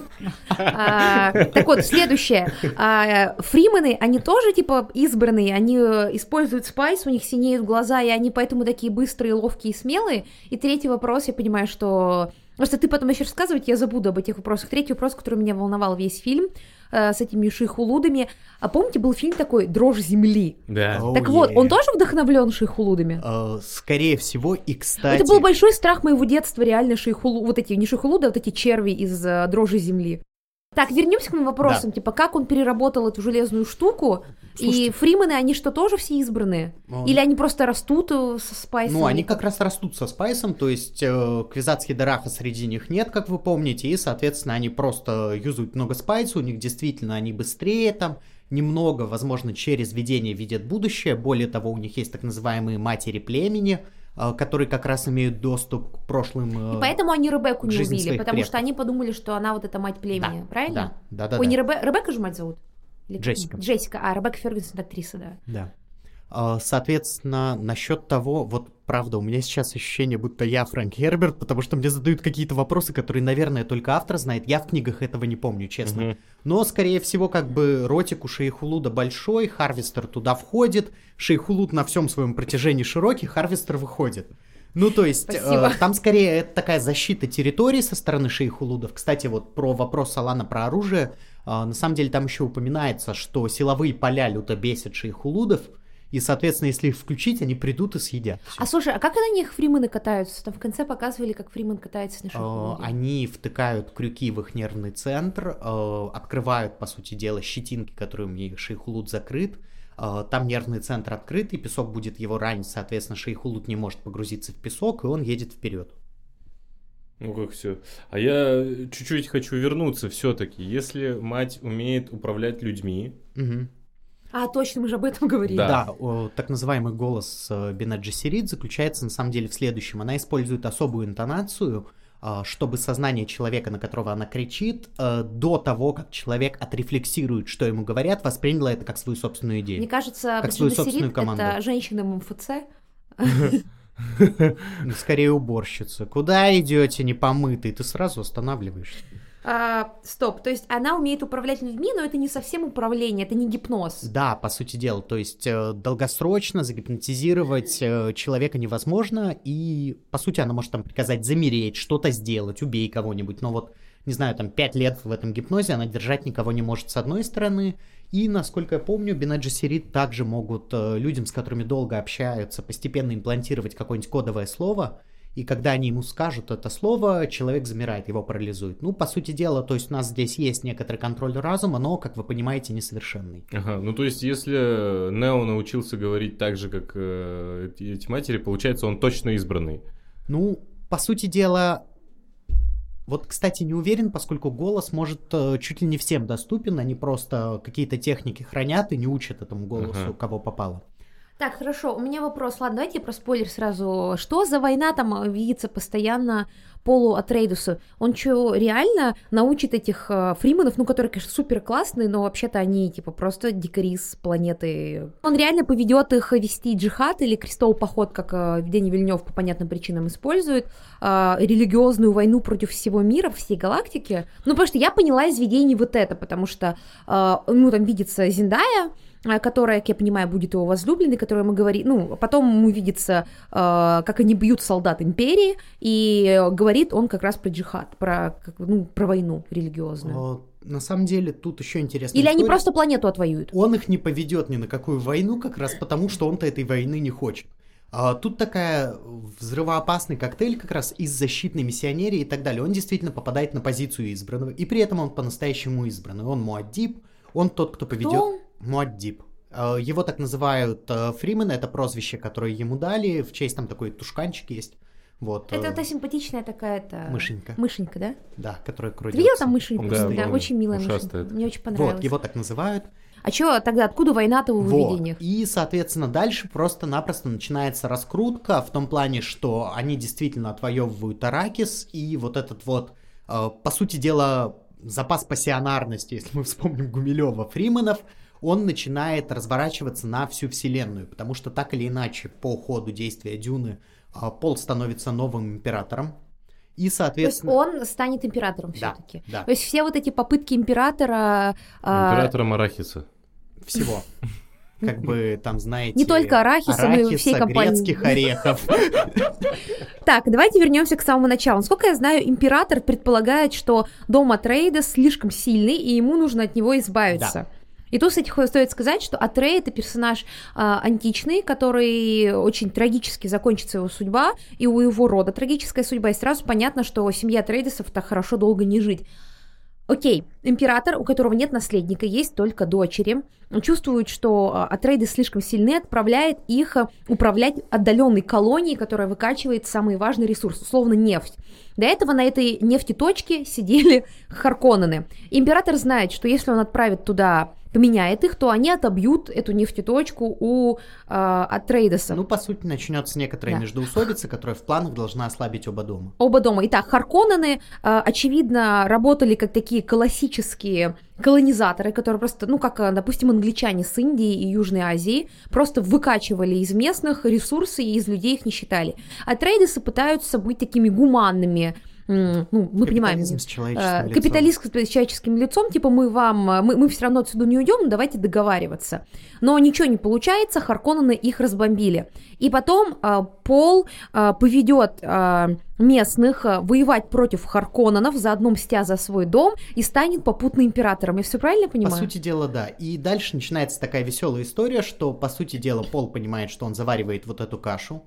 Так вот, следующее. Фримены, они тоже типа избранные, они используют спайс, у них синеют глаза, и они поэтому такие быстрые, ловкие и смелые. И третий вопрос, я понимаю, что... Просто ты потом еще рассказывать, я забуду об этих вопросах. Третий вопрос, который меня волновал весь фильм, э, с этими шейхулудами. А помните, был фильм такой «Дрожь земли»? Да. Oh, так yeah. вот, он тоже вдохновлен шейхулудами? Uh, скорее всего, и кстати... Это был большой страх моего детства, реально, шейхулу... вот эти, не шейхулуды, а вот эти черви из uh, «Дрожи земли». Так, вернемся к моим вопросам. Да. Типа, как он переработал эту железную штуку? Слушайте, и фримены, они что, тоже все избранные? Он... Или они просто растут со спайсом? Ну, они как раз растут со спайсом, то есть э, Квизацкий Дараха среди них нет, как вы помните, и, соответственно, они просто юзают много спайса, у них действительно они быстрее там, немного, возможно, через видение видят будущее, более того, у них есть так называемые матери племени, которые как раз имеют доступ к прошлым. И поэтому они Ребекку не убили, потому предков. что они подумали, что она вот эта мать племени, да, правильно? Да, да, да. Ой, да. не Ребе... Ребекка же мать зовут? Или... Джессика. Джессика, а Ребекка Фергюсон актриса, да. Да. Соответственно, насчет того, вот правда, у меня сейчас ощущение, будто я Фрэнк Герберт, потому что мне задают какие-то вопросы, которые, наверное, только автор знает. Я в книгах этого не помню, честно. Uh-huh. Но, скорее всего, как бы ротик у Шейхулуда большой, Харвестер туда входит, Шейхулуд на всем своем протяжении широкий, Харвестер выходит. Ну, то есть, э, там скорее это такая защита территории со стороны шейхулудов. Кстати, вот про вопрос Алана про оружие, э, на самом деле там еще упоминается, что силовые поля люто бесят шейхулудов, и, соответственно, если их включить, они придут и съедят. А слушай, а как на них фримены катаются? Там в конце показывали, как фримен катается на шейхулуде. Э, они втыкают крюки в их нервный центр, э, открывают, по сути дела, щетинки, которыми шейхулуд закрыт. Там нервный центр открыт, и песок будет его ранить, соответственно, шейхулуд не может погрузиться в песок, и он едет вперед. Ну как все. А я чуть-чуть хочу вернуться все-таки. Если мать умеет управлять людьми... Угу. А, точно, мы же об этом говорили. Да, да о, так называемый голос Бенет Джессерит заключается на самом деле в следующем. Она использует особую интонацию, чтобы сознание человека, на которого она кричит, до того, как человек отрефлексирует, что ему говорят, восприняло это как свою собственную идею. Мне кажется, как свою собственную команду. Это женщина МФЦ, Скорее уборщица. Куда идете непомытый? Ты сразу останавливаешься. А, стоп, то есть она умеет управлять людьми, но это не совсем управление, это не гипноз. Да, по сути дела, то есть э, долгосрочно загипнотизировать э, человека невозможно, и по сути она может там приказать замереть, что-то сделать, убей кого-нибудь, но вот, не знаю, там пять лет в этом гипнозе она держать никого не может с одной стороны, и, насколько я помню, Бене Джессерит также могут э, людям, с которыми долго общаются, постепенно имплантировать какое-нибудь кодовое слово, и когда они ему скажут это слово, человек замирает, его парализует. Ну, по сути дела, то есть у нас здесь есть некоторый контроль разума, но, как вы понимаете, несовершенный. Ага, ну то есть если Нео научился говорить так же, как э, эти матери, получается, он точно избранный. Ну, по сути дела, вот, кстати, не уверен, поскольку голос может э, чуть ли не всем доступен, они просто какие-то техники хранят и не учат этому голосу, ага. кого попало. Так, хорошо, у меня вопрос. Ладно, давайте я про спойлер сразу. Что за война там видится постоянно Полу Атрейдусу? Он что, реально научит этих э, фриманов, ну, которые, конечно, супер классные, но вообще-то они, типа, просто дикари с планеты. Он реально поведет их вести джихад или крестовый поход, как э, Дени Вильнёв по понятным причинам использует, э, религиозную войну против всего мира, всей галактики? Ну, потому что я поняла из видений вот это, потому что, э, ну, там видится Зендая, которая, как я понимаю, будет его возлюбленной, которая мы говорим, ну, потом увидится, э, как они бьют солдат империи, и говорит он как раз про джихад, про, ну, про войну религиозную. На самом деле, тут еще интересно. Или история. Они просто планету отвоюют? Он их не поведет ни на какую войну, как раз потому, что он-то этой войны не хочет. А тут такая взрывоопасный коктейль как раз из защитной миссионерии и так далее. Он действительно попадает на позицию избранного, и при этом он по-настоящему избранный. Он Муаддиб, он тот, кто поведет... Кто? Муаддиб. Его так называют Фримен, это прозвище, которое ему дали, в честь там такой тушканчик есть. Вот. Это та симпатичная такая-то... Мышенька. Мышенька, да? Да, которая крутится. Ты видел там мышеньку? Да, да, да, очень милая ушастая. мышенька. Мне очень понравилось. Вот, его так называют. А чё тогда, откуда война-то в вот. выведениях? И, соответственно, дальше просто-напросто начинается раскрутка в том плане, что они действительно отвоевывают Аракис, и вот этот вот, по сути дела, запас пассионарности, если мы вспомним Гумилёва, Фрименов, он начинает разворачиваться на всю вселенную, потому что так или иначе по ходу действия Дюны Пол становится новым императором, и, соответственно... То есть он станет императором да, все-таки. Да. То есть все вот эти попытки императора... Императором Арахиса. Всего. Как бы там, знаете... Не только арахиса, но и всей компании. Грецких орехов. Так, давайте вернемся к самому началу. Насколько я знаю, император предполагает, что дом Атрейда слишком сильный, и ему нужно от него избавиться. Да. И тут, кстати, стоит сказать, что Атрей — это персонаж а, античный, который очень трагически закончится его судьба, и у его рода трагическая судьба, и сразу понятно, что семье Атрейдесов так хорошо долго не жить. Окей, император, у которого нет наследника, есть только дочери, чувствует, что Атрейды слишком сильны, отправляет их управлять отдаленной колонией, которая выкачивает самый важный ресурс, условно нефть. До этого на этой нефтеточке сидели Харконнены. Император знает, что если он отправит туда, поменяет их, то они отобьют эту нефтеточку у э, Атрейдесов. Ну, по сути, начнется некоторая да. междоусобица, которая в планах должна ослабить оба дома. Оба дома. Итак, Харконнены, э, очевидно, работали как такие классические колонизаторы, которые просто, ну, как, допустим, англичане с Индии и Южной Азии, просто выкачивали из местных ресурсы и из людей их не считали. Атрейдесы пытаются быть такими гуманными, ну, мы понимаем, с человеческим капитализм с человеческим лицом, типа мы вам, мы, мы все равно отсюда не уйдем, давайте договариваться. Но ничего не получается, Харконнены их разбомбили. И потом э, Пол э, поведет э, местных э, воевать против Харконненов, заодно мстя за свой дом, и станет попутно императором. Я все правильно понимаю? По сути дела, да. И дальше начинается такая веселая история, что, по сути дела, Пол понимает, что он заваривает вот эту кашу.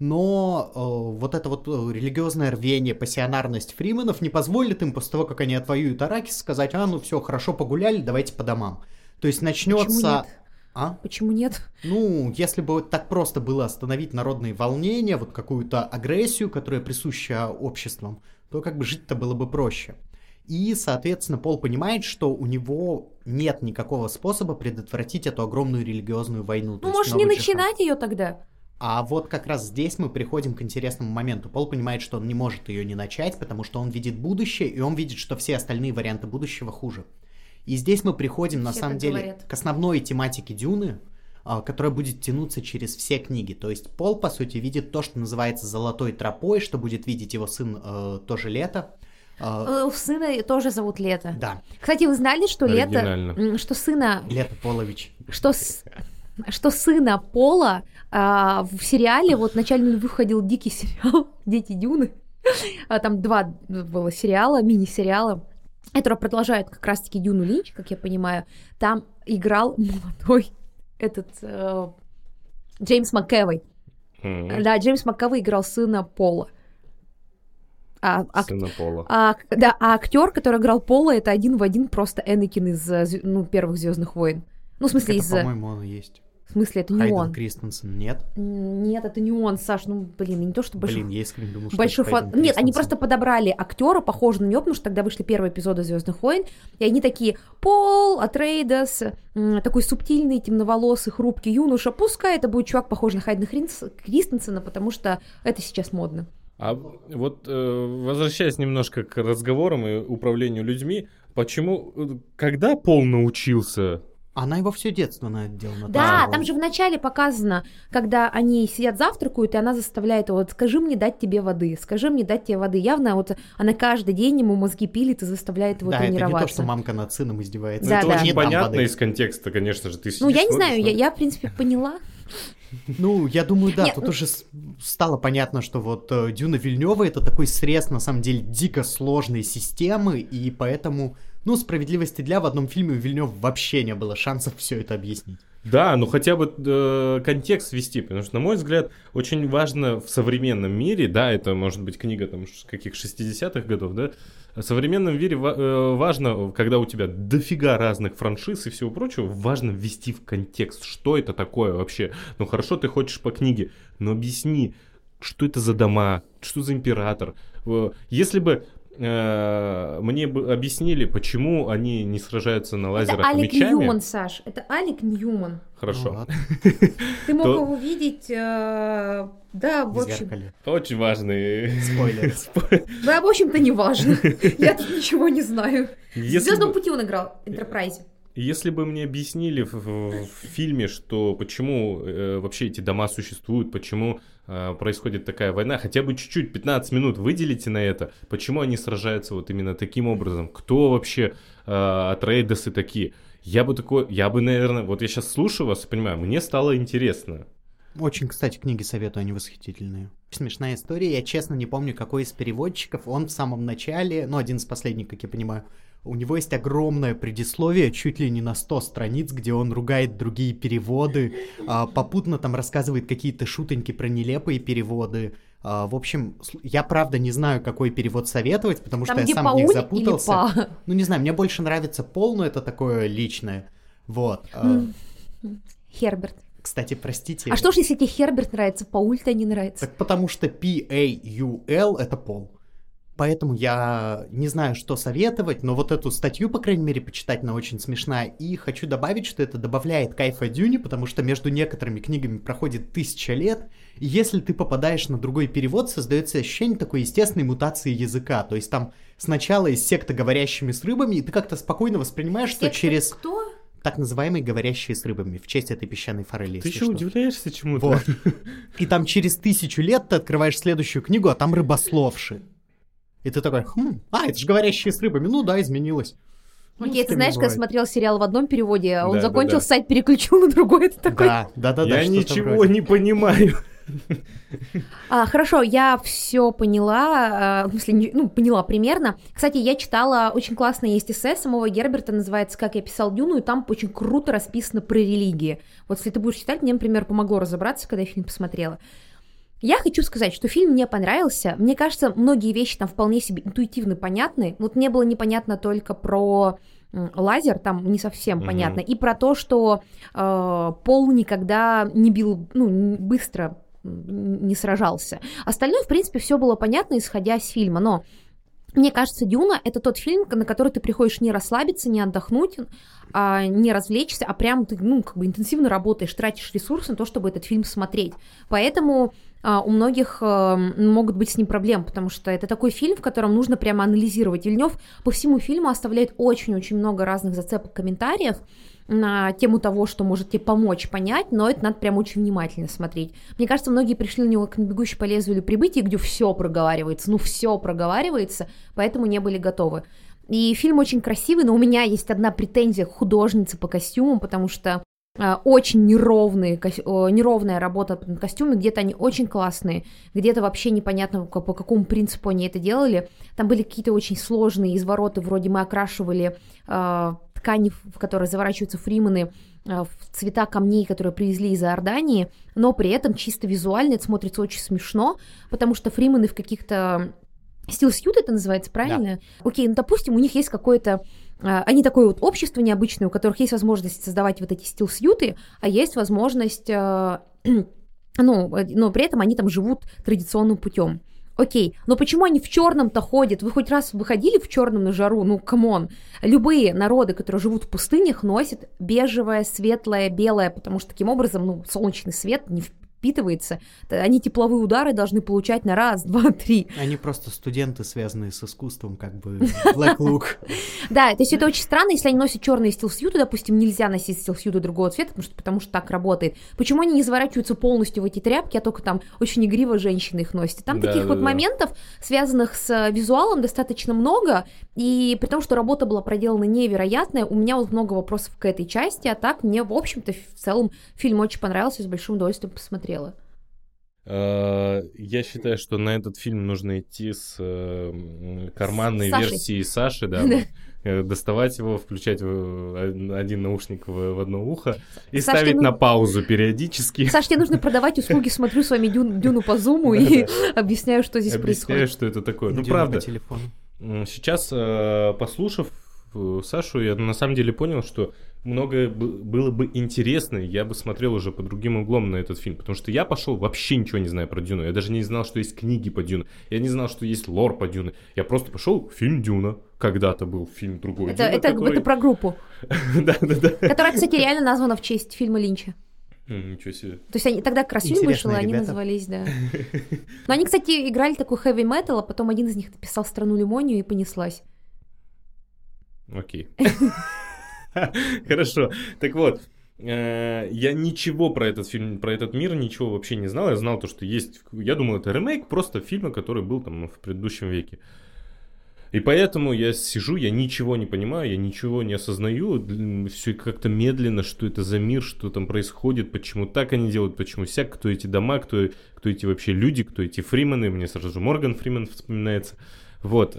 Но э, вот это вот религиозное рвение, пассионарность фрименов не позволит им после того, как они отвоюют Аракис, сказать: а, ну все, хорошо погуляли, давайте по домам. То есть начнется... Почему нет? А? Почему нет? Ну, если бы так просто было остановить народные волнения, вот какую-то агрессию, которая присуща обществам, то как бы жить-то было бы проще. И, соответственно, Пол понимает, что у него нет никакого способа предотвратить эту огромную религиозную войну. Ну, можешь не начинать ее тогда. А вот как раз здесь мы приходим к интересному моменту. Пол понимает, что он не может ее не начать, потому что он видит будущее, и он видит, что все остальные варианты будущего хуже. И здесь мы приходим, на все самом деле, говорят. к основной тематике Дюны. которая будет тянуться через все книги. То есть Пол, по сути, видит то, что называется золотой тропой, что будет видеть его сын э, тоже Лето. Uh, сына тоже зовут Лето. Да. Кстати, вы знали, что Лето, что сына... Лето Полович. Что, что сына Пола а, в сериале, вот в начале нулевых выходил дикий сериал «Дети Дюны». А, там два было сериала, мини-сериала, которые продолжают как раз-таки Дюну Линч, как я понимаю. Там играл молодой этот э, Джеймс МакЭвой. Mm-hmm. Да, Джеймс МакЭвой играл сына Пола. А, Сына Пола. А, да, а актер, который играл Пола, это один в один просто Энакин из ну, первых «Звездных войн». Ну, в смысле, это, из... по-моему, он и есть. В смысле, это не Хайден он. Кристенсен, нет? Нет, это не он, Саш. Ну, блин, не то, что большой... Блин, я искренне думал, что большой это фан... Хайден Нет, они Кристенсен. просто подобрали актера, похожего на него, потому что тогда вышли первые эпизоды «Звездных войн», и они такие: Пол Атрейдес, такой субтильный, темноволосый, хрупкий юноша, пускай это будет чувак, похожий на Хайдена Кристенсена, потому что это сейчас модно. А вот э, возвращаясь немножко к разговорам и управлению людьми, почему, когда Пол научился... Она его все детство на это делала. Да, там же вначале показано, когда они сидят завтракают, и она заставляет его: вот скажи мне дать тебе воды, скажи мне дать тебе воды. Явно вот она каждый день ему мозги пилит и заставляет его да, тренироваться. Да, это не то, что мамка над сыном издевается. Да, это да. очень Нет, понятно из контекста, конечно же. Ты ну, я не смотришь, знаю, но... я, я, в принципе, поняла. Ну, я думаю, да, Нет, тут ну... уже стало понятно, что вот э, Дюна Вильнёва — это такой срез, на самом деле, дико сложной системы, и поэтому, ну, справедливости для, в одном фильме у Вильнёва вообще не было шансов все это объяснить. Да, ну хотя бы э, контекст ввести, потому что, на мой взгляд, очень важно в современном мире, да, это может быть книга там каких шестидесятых годов, да, в современном мире э, важно, когда у тебя дофига разных франшиз и всего прочего, важно ввести в контекст, что это такое вообще. Ну хорошо, ты хочешь по книге, но объясни, что это за дома, что за император. Если бы мне бы объяснили, почему они не сражаются на лазерах это Алек мечами. Ньюман, Саш, это Алек Ньюман. Хорошо. Ну, ты мог его видеть, э, да, в общем... Очень важный спойлер. Да, в общем-то, не важно. Я тут ничего не знаю. В Если «Звездном бы... пути» он играл, Энтерпрайзе. Если бы мне объяснили в, в, в фильме, что почему э, вообще эти дома существуют, почему э, происходит такая война, хотя бы чуть-чуть, пятнадцать минут выделите на это, почему они сражаются вот именно таким образом, кто вообще э, Атрейдесы такие, я бы такой, я бы, наверное, вот я сейчас слушаю вас и понимаю, мне стало интересно. Очень, кстати, книги советую, они восхитительные. Смешная история, я честно не помню, какой из переводчиков, он в самом начале, ну, один из последних, как я понимаю, у него есть огромное предисловие, чуть ли не на сто страниц, где он ругает другие переводы, а, попутно там рассказывает какие-то шутоньки про нелепые переводы. А, в общем, я правда не знаю, какой перевод советовать, потому там, что я сам Пауль в них запутался. Па? Ну, не знаю, мне больше нравится Пол, но это такое личное. Вот. А... Херберт. Кстати, простите. А что ж, если тебе Херберт нравится, Пауль-то не нравится? Так потому что пи эй ю эл это Пол. Поэтому я не знаю, что советовать, но вот эту статью, по крайней мере, почитать она очень смешная. И хочу добавить, что это добавляет кайфа Дюне, потому что между некоторыми книгами проходит тысяча лет, и если ты попадаешь на другой перевод, создается ощущение такой естественной мутации языка. То есть там сначала из секты говорящими с рыбами, и ты как-то спокойно воспринимаешь, что секта через... Кто? Так называемые говорящие с рыбами, в честь этой песчаной форели. Ты еще что. удивляешься чему-то? Вот. И там через тысячу лет ты открываешь следующую книгу, а там рыбословши. И ты такой, хм, а, это же говорящие с рыбами, ну да, изменилось. Окей, ну, ты знаешь, когда смотрел сериал в одном переводе, а он да, закончил, да, да. сайт переключил на другой, это такой... Да, да, да, да. Я ничего вроде. не понимаю. А, хорошо, я все поняла, в смысле, ну, поняла примерно. Кстати, я читала, очень классное есть эссе самого Герберта, называется «Как я писал Дюну», и там очень круто расписано про религии. Вот если ты будешь читать, мне, например, помогло разобраться, когда я фильм посмотрела. Я хочу сказать, что фильм мне понравился. Мне кажется, многие вещи там вполне себе интуитивно понятны. Вот мне было непонятно только про лазер, там не совсем mm-hmm. понятно, и про то, что э, Пол никогда не бил, ну, быстро не сражался. Остальное, в принципе, все было понятно, исходя из фильма, но мне кажется, «Дюна» — это тот фильм, на который ты приходишь не расслабиться, не отдохнуть, а не развлечься, а прям ты, ну, как бы интенсивно работаешь, тратишь ресурсы на то, чтобы этот фильм смотреть. Поэтому а, у многих а, могут быть с ним проблемы, потому что это такой фильм, в котором нужно прямо анализировать. Вильнёв по всему фильму оставляет очень-очень много разных зацепок, комментариев, на тему того, что может тебе помочь понять, но это надо прям очень внимательно смотреть. Мне кажется, многие пришли на него как на «Бегущий по лезвию» или «Прибытие», где все проговаривается, ну все проговаривается, поэтому не были готовы. И фильм очень красивый, но у меня есть одна претензия к художнице по костюмам, потому что э, очень неровные, ко- э, неровная работа над костюмами, где-то они очень классные, где-то вообще непонятно, по, по какому принципу они это делали. Там были какие-то очень сложные извороты, вроде мы окрашивали э, ткани, в которые заворачиваются фримены, э, в цвета камней, которые привезли из Иордании, но при этом чисто визуально это смотрится очень смешно, потому что фримены в каких-то... Стилсьют это называется, правильно? Да. Окей, ну, допустим, у них есть какое-то... А, они такое вот общество необычное, у которых есть возможность создавать вот эти стилсьюты, а есть возможность... А, ну, но при этом они там живут традиционным путем. Окей, но почему они в черном-то ходят? Вы хоть раз выходили в черном на жару? Ну, камон. Любые народы, которые живут в пустынях, носят бежевое, светлое, белое, потому что таким образом, ну, солнечный свет не впитывается. Они тепловые удары должны получать на раз, два, три. Они просто студенты, связанные с искусством, как бы Black Look. Да, то есть это очень странно, если они носят черные стилсьюты, допустим, нельзя носить стилсьюты другого цвета, потому что, потому что так работает. Почему они не заворачиваются полностью в эти тряпки, а только там очень игриво женщины их носят? Там да, таких да, вот да. моментов, связанных с визуалом, достаточно много, и при том, что работа была проделана невероятная, у меня вот много вопросов к этой части, а так мне, в общем-то, в целом фильм очень понравился, с большим удовольствием посмотрела. Я считаю, что на этот фильм нужно идти с карманной с версией Саши, да, доставать его, включать один наушник в одно ухо и Саш, ставить на ну... паузу периодически. Саш, тебе нужно продавать услуги, смотрю с вами Дюну, Дюну по Зуму и объясняю, что здесь происходит. Объясняю, что это такое. Ну, правда, сейчас, послушав Сашу, я на самом деле понял, что многое было бы интересно, я бы смотрел уже под другим углом на этот фильм, потому что я пошел, вообще ничего не знаю про Дюну, я даже не знал, что есть книги по Дюну, я не знал, что есть лор по Дюну, я просто пошел, фильм Дюна, когда-то был фильм другой. Это, Дюна, это, который... это про группу, да-да-да, которая, кстати, реально названа в честь фильма Линча. Ничего себе. То есть они, тогда как раз фильм вышел, и они назывались, да. Но они, кстати, играли такой хэви-метал, а потом один из них написал «Страну лимонию» и понеслась. Окей. Хорошо. Так вот, я ничего про этот фильм, про этот мир, ничего вообще не знал. Я знал то, что есть... Я думал, это ремейк просто фильма, который был там в предыдущем веке. И поэтому я сижу, я ничего не понимаю, я ничего не осознаю. Все как-то медленно, что это за мир, что там происходит, почему так они делают, почему сяк, кто эти дома, кто, кто эти вообще люди, кто эти Фримены. Мне сразу же Морган Фриман вспоминается. Вот.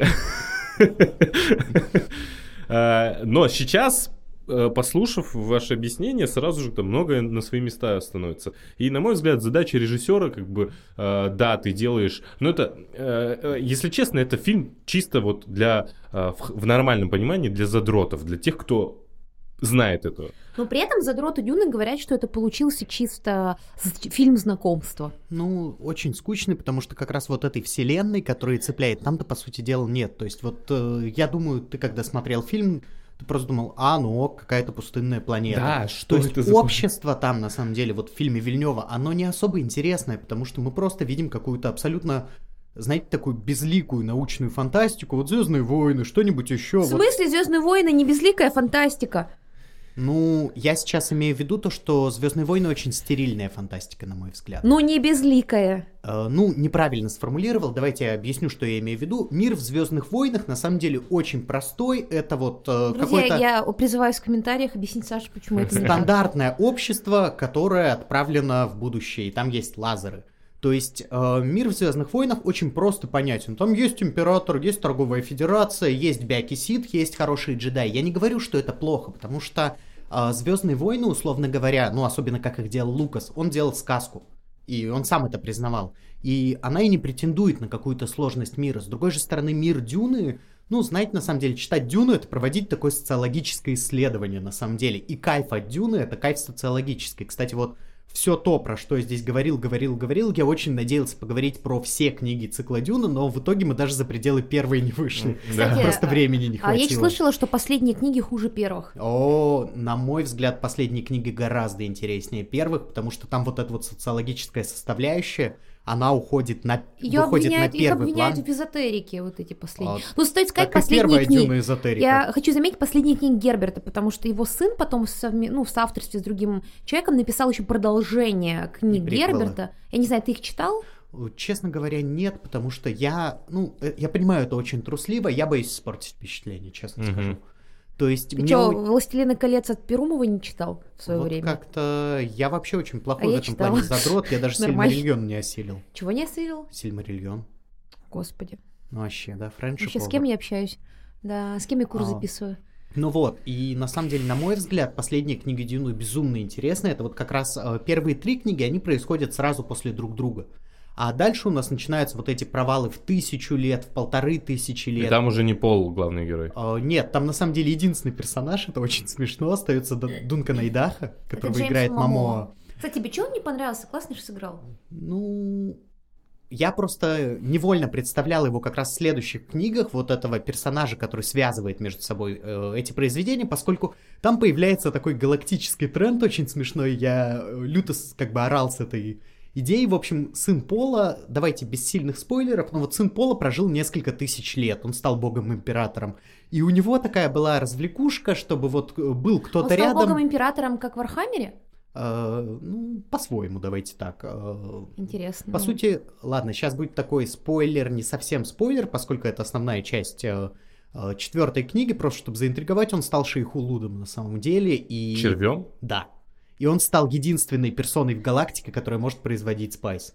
Но сейчас, послушав ваше объяснение, сразу же там многое на свои места становится. И, на мой взгляд, задача режиссера, как бы, да, ты делаешь... Но это, если честно, это фильм чисто вот для, в нормальном понимании, для задротов, для тех, кто знает это. Но при этом задроты Дюны говорят, что это получился чисто фильм знакомства. Ну, очень скучный, потому что как раз вот этой вселенной, которая цепляет, там-то, по сути дела, нет. То есть вот э, я думаю, ты когда смотрел фильм, ты просто думал, а, ну ок, какая-то пустынная планета. Да, что То это есть за... общество там, на самом деле, вот в фильме Вильнёва, оно не особо интересное, потому что мы просто видим какую-то абсолютно... знаете, такую безликую научную фантастику, вот «Звездные войны», что-нибудь еще. В смысле вот... «Звездные войны» не безликая фантастика? Ну, я сейчас имею в виду то, что «Звездные войны» очень стерильная фантастика, на мой взгляд. Ну, не безликая. Э, ну, неправильно сформулировал, давайте я объясню, что я имею в виду. Мир в «Звездных войнах» на самом деле очень простой, это вот э, Друзья, какой-то... я призываю в комментариях объяснить Саше, почему это не так. Стандартное общество, которое отправлено в будущее, и там есть лазеры. То есть э, мир в «Звездных войнах» очень просто понятен. Там есть император, есть торговая федерация, есть Бяки Сит, есть хорошие джедаи. Я не говорю, что это плохо, потому что э, «Звездные войны», условно говоря, ну особенно как их делал Лукас, он делал сказку. И он сам это признавал. И она и не претендует на какую-то сложность мира. С другой же стороны, мир Дюны... Ну, знаете, на самом деле, читать Дюну — это проводить такое социологическое исследование, на самом деле. И кайф от Дюны — это кайф социологический. Кстати, вот все то, про что я здесь говорил, говорил, говорил, я очень надеялся поговорить про все книги цикла Дюна, но в итоге мы даже за пределы первой не вышли. Кстати, просто времени не хватило. А я слышала, что последние книги хуже первых. О, на мой взгляд, последние книги гораздо интереснее первых, потому что там вот эта вот социологическая составляющая, она уходит на, Её выходит обвиняют, на первый план. Их обвиняют в эзотерике, вот эти последние. А, ну, стоит сказать, так последние книги. Дюна эзотерика. Я хочу заметить последние книги Герберта, потому что его сын потом в, совме... ну, в соавторстве с другим человеком написал еще продолжение книг Герберта. Я не знаю, ты их читал? Честно говоря, нет, потому что я, ну, я понимаю, это очень трусливо, я боюсь испортить впечатление, честно mm-hmm. скажу. То есть Ты мне... что, «Властелина колец» от Перумова не читал в свое вот время? как-то я вообще очень плохой а в этом читала. плане задрот, я даже Сильмариллион не осилил. Чего не осилил? Сильмариллион. Господи. Ну вообще, да, френдшип. Вообще, с кем я общаюсь? Да, с кем я курс а. записываю? Ну вот, и на самом деле, на мой взгляд, последние книги Дюны безумно интересны. Это вот как раз э, первые три книги, они происходят сразу после друг друга. А дальше у нас начинаются вот эти провалы в тысячу лет, в полторы тысячи лет. И там уже не Пол главный герой. А, нет, там на самом деле единственный персонаж, это очень смешно, остается Дункан Айдаха, которого играет Момоа. Кстати, тебе что он не понравился? Классно же сыграл. Ну, я просто невольно представлял его как раз в следующих книгах, вот этого персонажа, который связывает между собой э, эти произведения, поскольку там появляется такой галактический тренд очень смешной, я люто как бы орал с этой идеей. В общем, сын Пола, давайте без сильных спойлеров, но вот сын Пола прожил несколько тысяч лет, он стал богом-императором, и у него такая была развлекушка, чтобы вот был кто-то рядом. Он стал богом-императором, как в Вархаммере? Uh, ну, по-своему, давайте так. Uh, Интересно. По сути, ладно, сейчас будет такой спойлер, не совсем спойлер, поскольку это основная часть uh, uh, четвертой книги, просто чтобы заинтриговать, он стал Шейхулудом на самом деле. И... Червем? Да. И он стал единственной персоной в галактике, которая может производить спайс.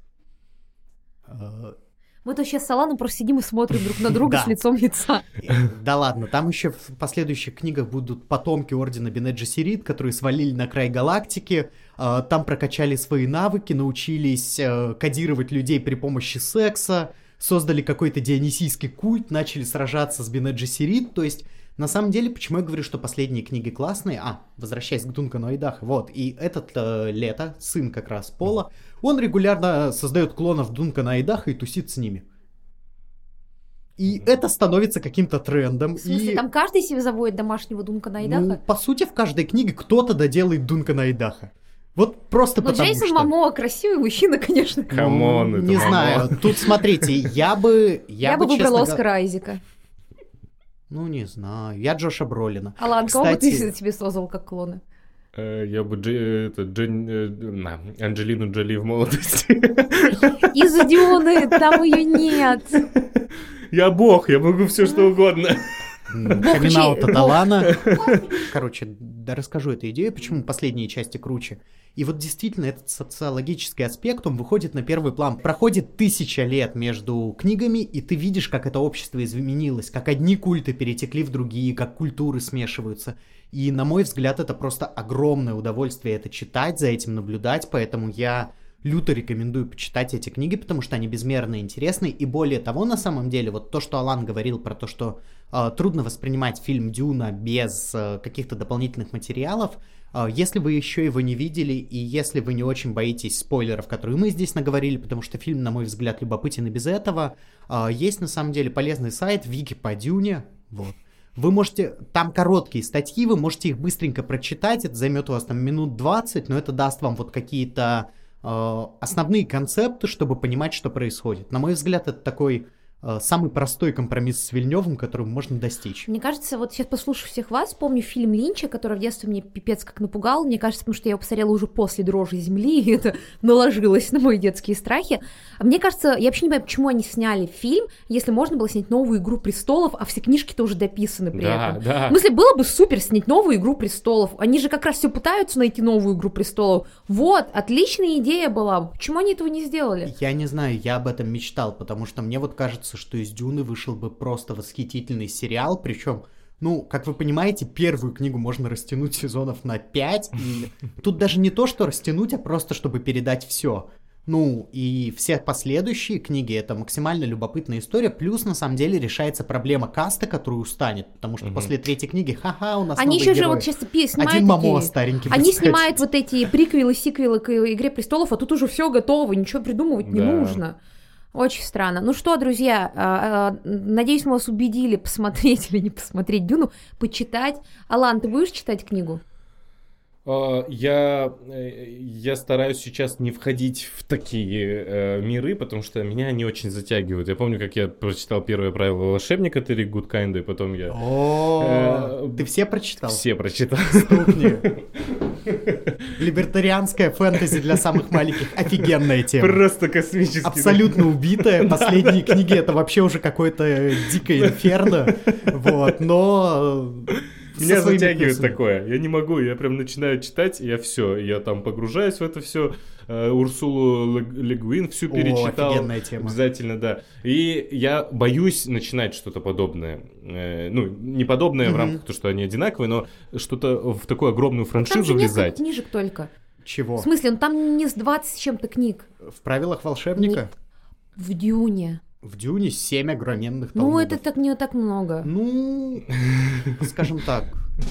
Uh... Мы то сейчас с Аланом просто сидим и смотрим друг на друга с лицом лица. Да ладно, там еще в последующих книгах будут потомки Ордена Бене Джессерит, которые свалили на край галактики, там прокачали свои навыки, научились кодировать людей при помощи секса, создали какой-то дионисийский культ, начали сражаться с Бене Джессерит, то есть... На самом деле, почему я говорю, что последние книги классные? А, возвращаясь к Дункану Айдаху, вот, и этот э, Лето, сын как раз Пола, он регулярно создает клонов Дункана Айдаха и тусит с ними. И это становится каким-то трендом. В смысле, и... там каждый себе заводит домашнего Дункана Айдаха? Ну, по сути, в каждой книге кто-то доделает Дункана Айдаха. Вот просто Но потому Джейсон что... Момоа красивый мужчина, конечно. Камон, ну, это не Момоа. знаю, тут смотрите, я бы... Я, я бы выбрала честно... Оскара Айзека. Ну, не знаю. Я Джоша Бролина. Алан, кого бы ты себе создал как клона? Я бы Джи, это, Джин, на, Анджелину Джоли в молодости. Из-за Дюны, там ее нет. Я бог, я могу все что угодно. Камин-аут от Алана. Короче, да расскажу эту идею, почему последние части круче. И вот действительно этот социологический аспект, он выходит на первый план. Проходит тысяча лет между книгами, и ты видишь, как это общество изменилось, как одни культы перетекли в другие, как культуры смешиваются. И, на мой взгляд, это просто огромное удовольствие это читать, за этим наблюдать, поэтому я люто рекомендую почитать эти книги, потому что они безмерно интересны, и более того, на самом деле, вот то, что Алан говорил про то, что э, трудно воспринимать фильм «Дюна» без э, каких-то дополнительных материалов, э, если вы еще его не видели, и если вы не очень боитесь спойлеров, которые мы здесь наговорили, потому что фильм, на мой взгляд, любопытен и без этого, э, есть на самом деле полезный сайт Вики по Дюне, вот. Вы можете, там короткие статьи, вы можете их быстренько прочитать, это займет у вас там минут двадцать, но это даст вам вот какие-то э, основные концепты, чтобы понимать, что происходит. На мой взгляд, это такой э, самый простой компромисс с Вильнёвым, которым можно достичь. Мне кажется, вот сейчас послушав всех вас, помню фильм Линча, который в детстве мне пипец как напугал. Мне кажется, потому что я его посмотрела уже после «Дрожи земли», и это наложилось на мои детские страхи. А мне кажется, я вообще не понимаю, почему они сняли фильм, если можно было снять новую «Игру престолов», а все книжки-то уже дописаны при да, этом. Да. В смысле, было бы супер снять новую «Игру престолов». Они же как раз все пытаются найти новую «Игру престолов». Вот, отличная идея была. Почему они этого не сделали? Я не знаю, я об этом мечтал, потому что мне вот кажется, что из «Дюны» вышел бы просто восхитительный сериал, причем, ну, как вы понимаете, первую книгу можно растянуть сезонов на пять, и тут даже не то, что растянуть, а просто чтобы передать все. Ну, и все последующие книги — это максимально любопытная история, плюс, на самом деле, решается проблема каста, который устанет, потому что угу. после третьей книги, ха-ха, у нас Они новые еще герои. же вот сейчас снимают Один Момоа такие... старенький. Они снимают вот эти приквелы, сиквелы к «Игре престолов», а тут уже все готово, ничего придумывать да. не нужно. Очень странно. Ну что, друзья, надеюсь, мы вас убедили посмотреть или не посмотреть «Дюну», почитать. Алан, ты будешь читать книгу? Я, я стараюсь сейчас не входить в такие э, миры, потому что меня они очень затягивают. Я помню, как я прочитал первое правило волшебника Терри Гудкайнда, и потом я... О, ты все прочитал? Все прочитал. Стукни. Либертарианская фэнтези для самых маленьких. Офигенная тема. Просто космическая. Абсолютно убитая. Последние книги — это вообще уже какое-то дикое инферно. Вот, но... Меня затягивает такое. Я не могу, я прям начинаю читать, и я все, я там погружаюсь в это все. Урсулу Ле Гуин всю перечитал. О, офигенная тема. Обязательно, да. И я боюсь начинать что-то подобное. Ну, не подобное mm-hmm. в рамках того, что они одинаковые, но что-то в такую огромную франшизу там же влезать. Книжек только. Чего? В смысле, ну там не с двадцать с чем-то книг. В правилах волшебника? Не... В Дюне. В Дюне семь огроменных талмудов. Ну, это так не так много. Ну, скажем так.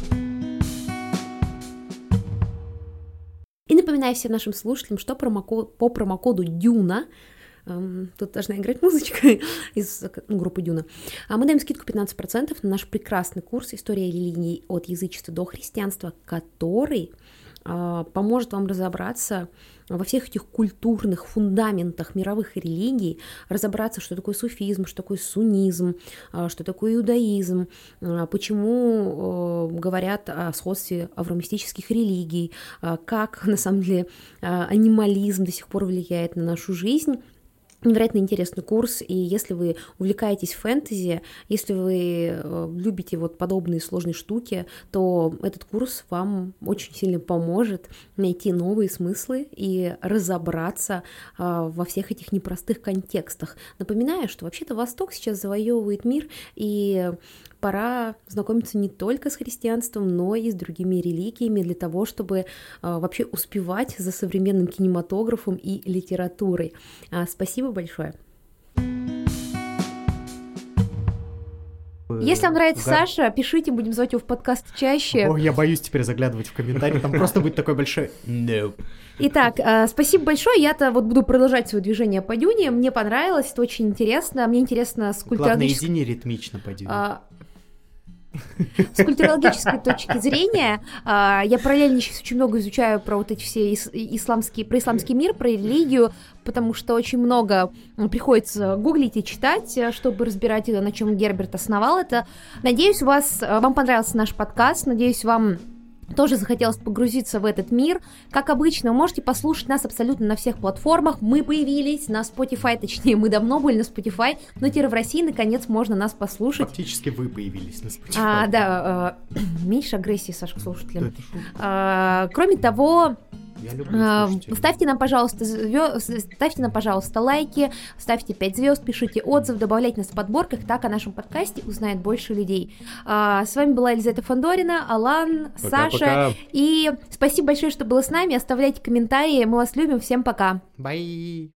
И напоминаю всем нашим слушателям, что промокод, по промокоду Дюна, эм, тут должна играть музычка из ну, группы Дюна, а мы даем скидку пятнадцать процентов на наш прекрасный курс «История религий от язычества до христианства», который э, поможет вам разобраться во всех этих культурных фундаментах мировых религий, разобраться, что такое суфизм, что такое суннизм, что такое иудаизм, почему говорят о сходстве авраамистических религий, как, на самом деле, анимализм до сих пор влияет на нашу жизнь. Невероятно интересный курс, и если вы увлекаетесь фэнтези, если вы любите вот подобные сложные штуки, то этот курс вам очень сильно поможет найти новые смыслы и разобраться во всех этих непростых контекстах. Напоминаю, что вообще-то Восток сейчас завоевывает мир, и пора знакомиться не только с христианством, но и с другими религиями для того, чтобы вообще успевать за современным кинематографом и литературой. Спасибо большое. Если вам нравится Гар... Саша, пишите, будем звать его в подкаст чаще. О, я боюсь теперь заглядывать в комментарии, там просто будет такой большой nope. Итак, э, спасибо большое, я-то вот буду продолжать свое движение по Дюне, мне понравилось, это очень интересно, мне интересно с культурологической... Главное, иди не ритмично по Дюне. А... С культурологической точки зрения, я параллельно сейчас очень много изучаю про вот эти все исламские, про исламский мир, про религию, потому что очень много приходится гуглить и читать, чтобы разбирать, на чем Герберт основал это. Надеюсь, у вас, вам понравился наш подкаст, надеюсь, вам тоже захотелось погрузиться в этот мир. Как обычно, вы можете послушать нас абсолютно на всех платформах. Мы появились на Spotify, точнее, мы давно были на Spotify, но теперь в России, наконец, можно нас послушать. Фактически вы появились на Spotify. А, да, э, меньше агрессии, Саша, к слушателям. А, кроме того... Ставьте нам, пожалуйста, звезд... ставьте нам, пожалуйста, лайки, ставьте пять звезд, пишите отзыв, добавляйте нас в подборках, так о нашем подкасте узнает больше людей. А, с вами была Елизавета Фандорина, Алан, пока, Саша. Пока. И спасибо большое, что было с нами. Оставляйте комментарии. Мы вас любим. Всем пока. Bye.